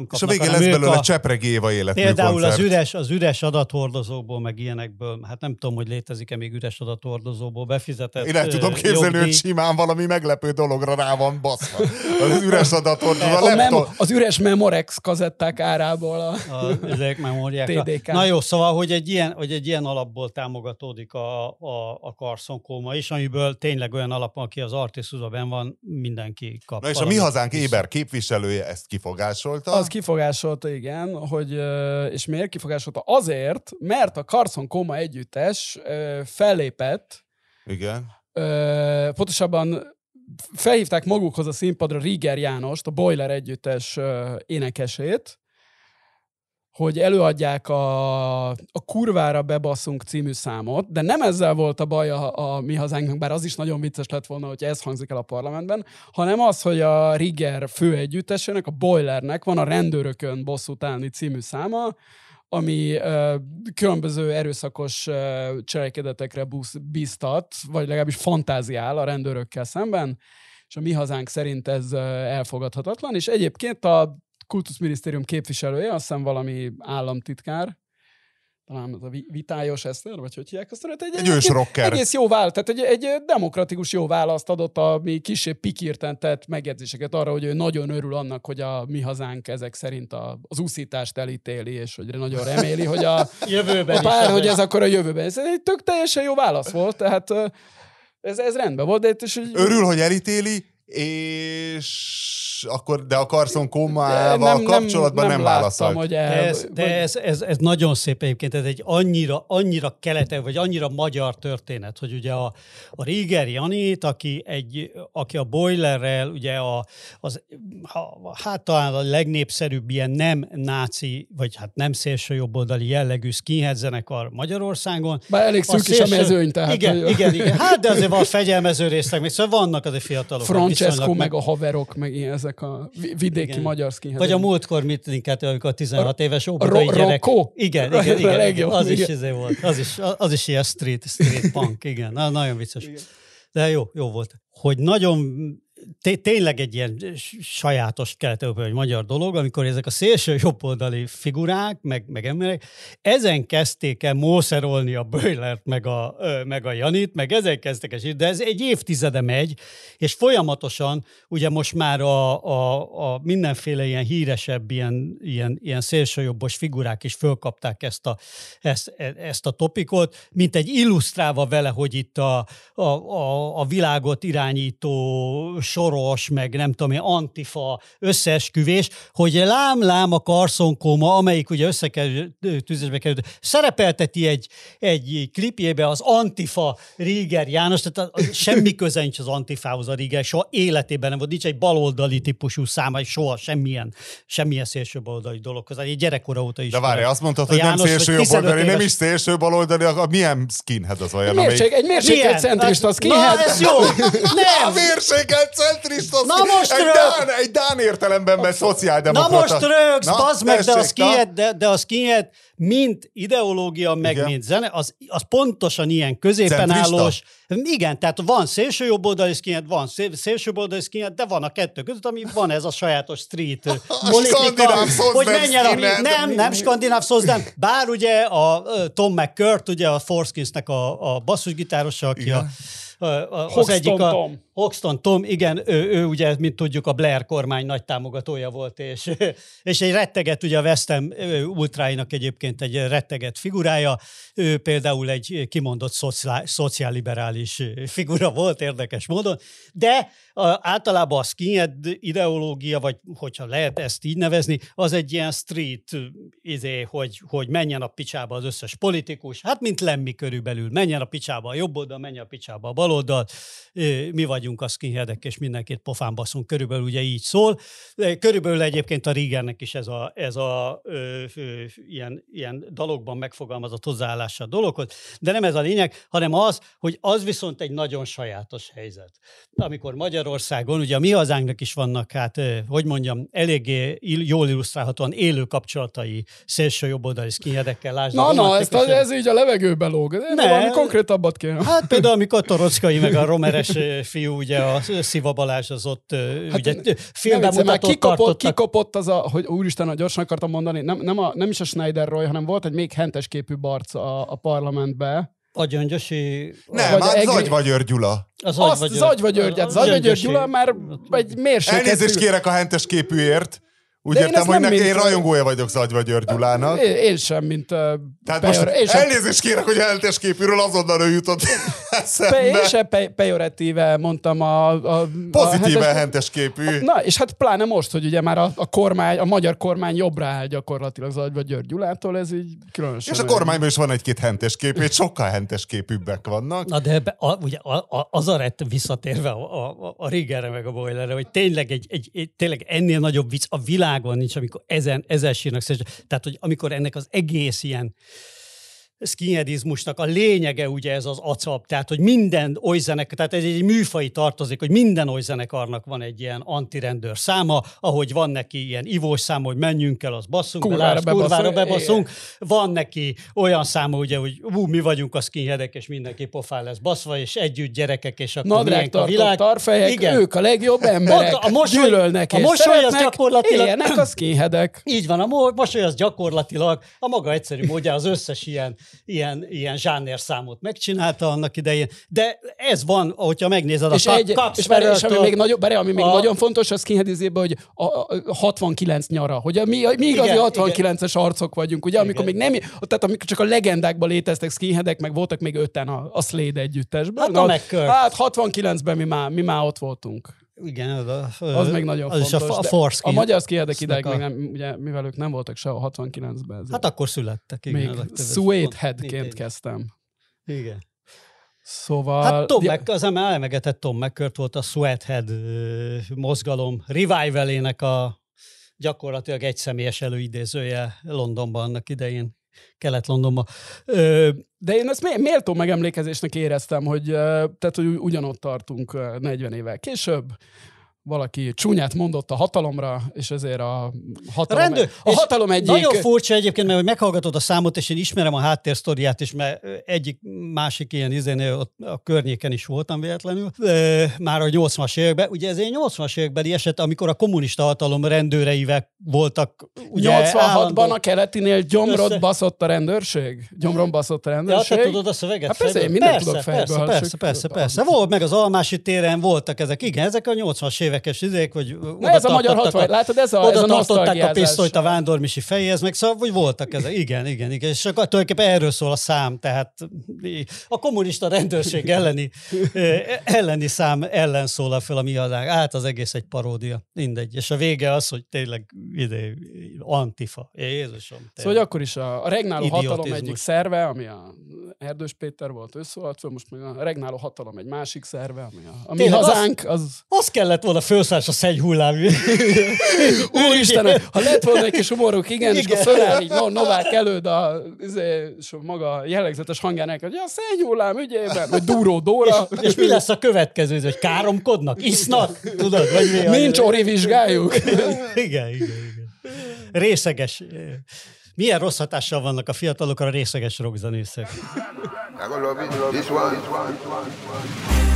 kapnak. És a végén lesz belőle Csepregéva életmű például az üres adathordozóból, meg ilyenekből, hát nem tudom, hogy létezik-e még üres adathordozóból befizetett. Én el tudom képzelni, hogy simán valami meglepő dologra rá van baszva. Az üres adathordozó, az üres Memorex kazetták árából ezek memóriákra. TDK. Na jó, szóval, hogy egy ilyen alapból támogatódik a Carson Koma is, amiből tényleg olyan alap, aki az Artisúzban van, mindenki kap. Na és a Mi Hazánk éber képviselője ezt kifogásolta? Az kifogásolta, igen, és miért kifogásolta? Azért, mert a Carson Koma együttes fellépett. Igen. Pontosabban felhívták magukhoz a színpadra Rieger Jánost, a Boiler együttes énekesét, hogy előadják a Kurvára bebaszunk című számot, de nem ezzel volt a baj a Mi Hazánknak, bár az is nagyon vicces lett volna, hogy ez hangzik el a parlamentben, hanem az, hogy a Rieger fő együttesének, a Boilernek van a Rendőrökön bosszút állni című száma, ami különböző erőszakos cselekedetekre bíztat, vagy legalábbis fantáziál a rendőrökkel szemben, és a Mi Hazánk szerint ez elfogadhatatlan, és egyébként a Kultuszminisztérium képviselője, azt hiszem valami államtitkár, talán az a Vitályos Eszter, vagy hogy hívják azt, egy ős rocker. Egész jó választ, tehát egy demokratikus jó választ adott, ami kissé pikírten tett megjegyzéseket arra, hogy ő nagyon örül annak, hogy a Mi Hazánk ezek szerint az úszítást elítéli, és hogy nagyon reméli, hogy hogy ez akkor a jövőben. Ez egy tök teljesen jó válasz volt, tehát ez rendben volt. De örül, hogy elítéli, és akkor, de a Carson Komával kapcsolatban nem válaszolt. Ez nagyon szép egyébként, ez egy annyira kelete, vagy annyira magyar történet, hogy ugye a Rieger Janit, aki a Boilerrel, ugye hát talán a legnépszerűbb ilyen nem náci, vagy hát nem szélsőjobboldali jellegű skinhead zenekar Magyarországon. Bár elég szűk is a mezőny, tehát. Igen. Hát de azért van fegyelmező részleg, még szóval vannak azért fiatalok. Francesco, meg a haverok, meg ilyen ezek a vidéki magyar skinhead. Vagy a múltkor amikor 16 éves óbudai gyerek. Igen. Az is izé volt. Az is ilyen street punk, igen. Nagyon vicces. Igen. De jó volt. Hogy nagyon tényleg egy ilyen sajátos kelet-európai magyar dolog, amikor ezek a szélső jobboldali figurák, meg emberek, ezen kezdték el mószerolni a Boilert, meg a Janit, meg ezen kezdtek de ez egy évtizede megy, és folyamatosan, ugye most már a mindenféle ilyen híresebb, ilyen szélsőjobbos figurák is fölkapták ezt a topikot, mint egy illusztrálva vele, hogy itt a világot irányító soros, meg nem tudom, antifa összeesküvés, hogy lám a Carson Koma, amelyik ugye összetűzésbe került, szerepelteti egy klipjébe az antifa Rieger János, tehát semmi köze nincs az antifához a Rieger, soha életében nem volt, nincs egy baloldali típusú száma, soha semmilyen szélső baloldali dologhoz. Egy gyerekkora óta is. De várj, azt mondtad, hogy nem szélső jobboldali, nem is szélső baloldali, milyen skinhead az olyan? Egy mérsékelt centrista skinhead. Na, ez jó. Nem. Mérsékelt centrista. Egy dán értelemben vett szociáldemokrata. Na most rögsz, bazd meg, de a skinhead mint ideológia, meg mint zene, az pontosan ilyen középen állós. Igen, tehát van szélsőjobboldali skinhead, van szélsőjobboldali skinhead, de van a kettő között, ami van ez a sajátos street politika, hogy menjen nem skandináv szózdem, bár ugye a Tom McCurt, ugye a Forskinsnek a basszusgitárosa, aki az egyik Hoxton Tom, igen, ő ugye, mint tudjuk, a Blair kormány nagy támogatója volt, és egy retteget, ugye a West Ham ultráinak egyébként egy retteget figurája, ő például egy kimondott szociálliberális figura volt érdekes módon, de általában a skinhead ideológia, vagy hogyha lehet ezt így nevezni, az egy ilyen street hogy menjen a picsába az összes politikus, hát mint Lemmi körülbelül, menjen a picsába a jobb oldal, menjen a picsába a bal oldal, mi vagyunk a skinheadek, és mindenkit pofán baszunk, körülbelül ugye így szól. Körülbelül egyébként a Riegernek is ez a ilyen dalokban megfogalmazott hozzáállása a dologhoz, de nem ez a lényeg, hanem az, hogy az viszont egy nagyon sajátos helyzet. Amikor Magyarországon, ugye a Mi Hazánknak is vannak, hát, hogy mondjam, eléggé jól illusztrálhatóan élő kapcsolatai szélső jobboldali skinheadekkel. Ez így a levegőbe lóg. Valami konkrétabbat kéne. Hát például, amikor Torockai meg a Romeres fiú interjú, ugye a Sziva Balázs az ott ugye filmbemutatót tartottak. Kikopott az hogy úristen, gyorsan akartam mondani, nem is a Schneider Roy, hanem volt egy még hentes képű barc a parlamentbe. A Gyöngyösi... Nem, Zagyva-György Gyula. Zagyva-György Gyula már egy mérsékelt... Elnézést kérek a hentes képűért. Úgy értem, hogy én rajongója vagyok Zagyva-György Gyulának. Én sem, mint... Tehát most elnézést kérek, hogy hentes képűről azonnal ő jutott eszembe. Én sem pejoratíve mondtam pozitíven hentes képű. Na, és hát pláne most, hogy ugye már a magyar kormány jobbra áll gyakorlatilag Zagyva-György Gyulától, ez így különösen... És a kormányban is van egy-két hentes képű, és sokkal hentes képűbbek vannak. Na de ugye az a rett visszatérve a Riggerre meg a Boilerre, hogy tényleg tényleg ennél nagyobb vicc a világon nincs, amikor ezen sírnak. Tehát, hogy amikor ennek az egész ilyen skinheadizmusnak a lényege ugye ez az acap, tehát hogy minden oly zenekar, tehát ez egy műfai tartozik, hogy minden oly zenekarnak van egy ilyen antirendőr száma, ahogy van neki ilyen ivós száma, hogy menjünk el, az basszunk, kurvára bebasszunk, van neki olyan száma, ugye, hogy mi vagyunk a skinheadek, és mindenki pofán lesz baszva, és együtt gyerekek, és akkor nadrág tartott tarfejek, igen. Ők a legjobb emberek, gyűlölnek és szeretnek, éljenek a skinheadek. Így van, a mosoly az gyakorlatilag a maga egyszerű módja az összes ilyen zsáner számot megcsinálta annak idején, de ez van, hogyha megnézed és ami még nagyon fontos a skinheadizében, hogy a 69 nyara, hogy mi igazi 69-es arcok vagyunk, ugye, amikor még nem, tehát amikor csak a legendákban léteztek skinheadek, meg voltak még 5-en a Slade együttesben. Hát 69-ben mi már ott voltunk. Igen, az meg nagyon az fontos. A magyar skinheadek ideig még nem, ugye, mivel ők nem voltak se a 69-ben. Hát akkor születtek. Igen, még Suedeheadként kezdtem. Igen. Szóval... Hát az elmegetett Tom McCurt volt a Sweathead mozgalom revivalének a gyakorlatilag egyszemélyes előidézője Londonban annak idején. Kelet-Londonban. De én ezt méltó megemlékezésnek éreztem, hogy ugyanott tartunk 40 évvel később. Valaki csúnyát mondott a hatalomra, és ezért a hatalom egyik... Nagyon furcsa egyébként, mert hogy meghallgatod a számot, és én ismerem a háttérsztoriát is, mert másik ilyen izénél a környéken is voltam véletlenül, már a 80-as években. Ugye ez egy 80-as évekbeli eset, amikor a kommunista hatalom rendőreivel voltak... 86-ban a keletinél gyomron baszott a rendőrség? Ja, te tudod a szöveget? Hát persze, én mindent tudok fejből. Persze. Volt meg az Almási téren, voltak ezek. Igen, ezek a 80-as évekes izék, hogy ez a magyar 60, látod, ez a tartották a pisztolyt a Vándormisi fejéhez, meg szóval, hogy voltak ezek. Igen. És akkor tulajdonképpen erről szól a szám, tehát a kommunista rendőrség elleni szám ellen szólal fel a mi hazánk. Hát az egész egy paródia. Mindegy. És a vége az, hogy tényleg antifa. Jézusom. Szóval hogy akkor is a regnáló hatalom egyik szerve, ami a Erdős Péter volt összeadva, most meg a regnáló hatalom egy másik szerve, ami a mi hazánk, az kellett volna felszállás a szennyhullám. Úristen, ha lett volna egy kis humoruk, igen, és akkor föláll így Novák előd és maga jellegzetes hangjának, hogy a szennyhullám ügyében, vagy Dúró Dóra. És mi lesz a következő, hogy káromkodnak, isznak, tudod? Vagy mi nincs ori vizsgáljuk. Igen. Részeges. Milyen rossz hatással vannak a fiatalokra a részeges rockzenészek?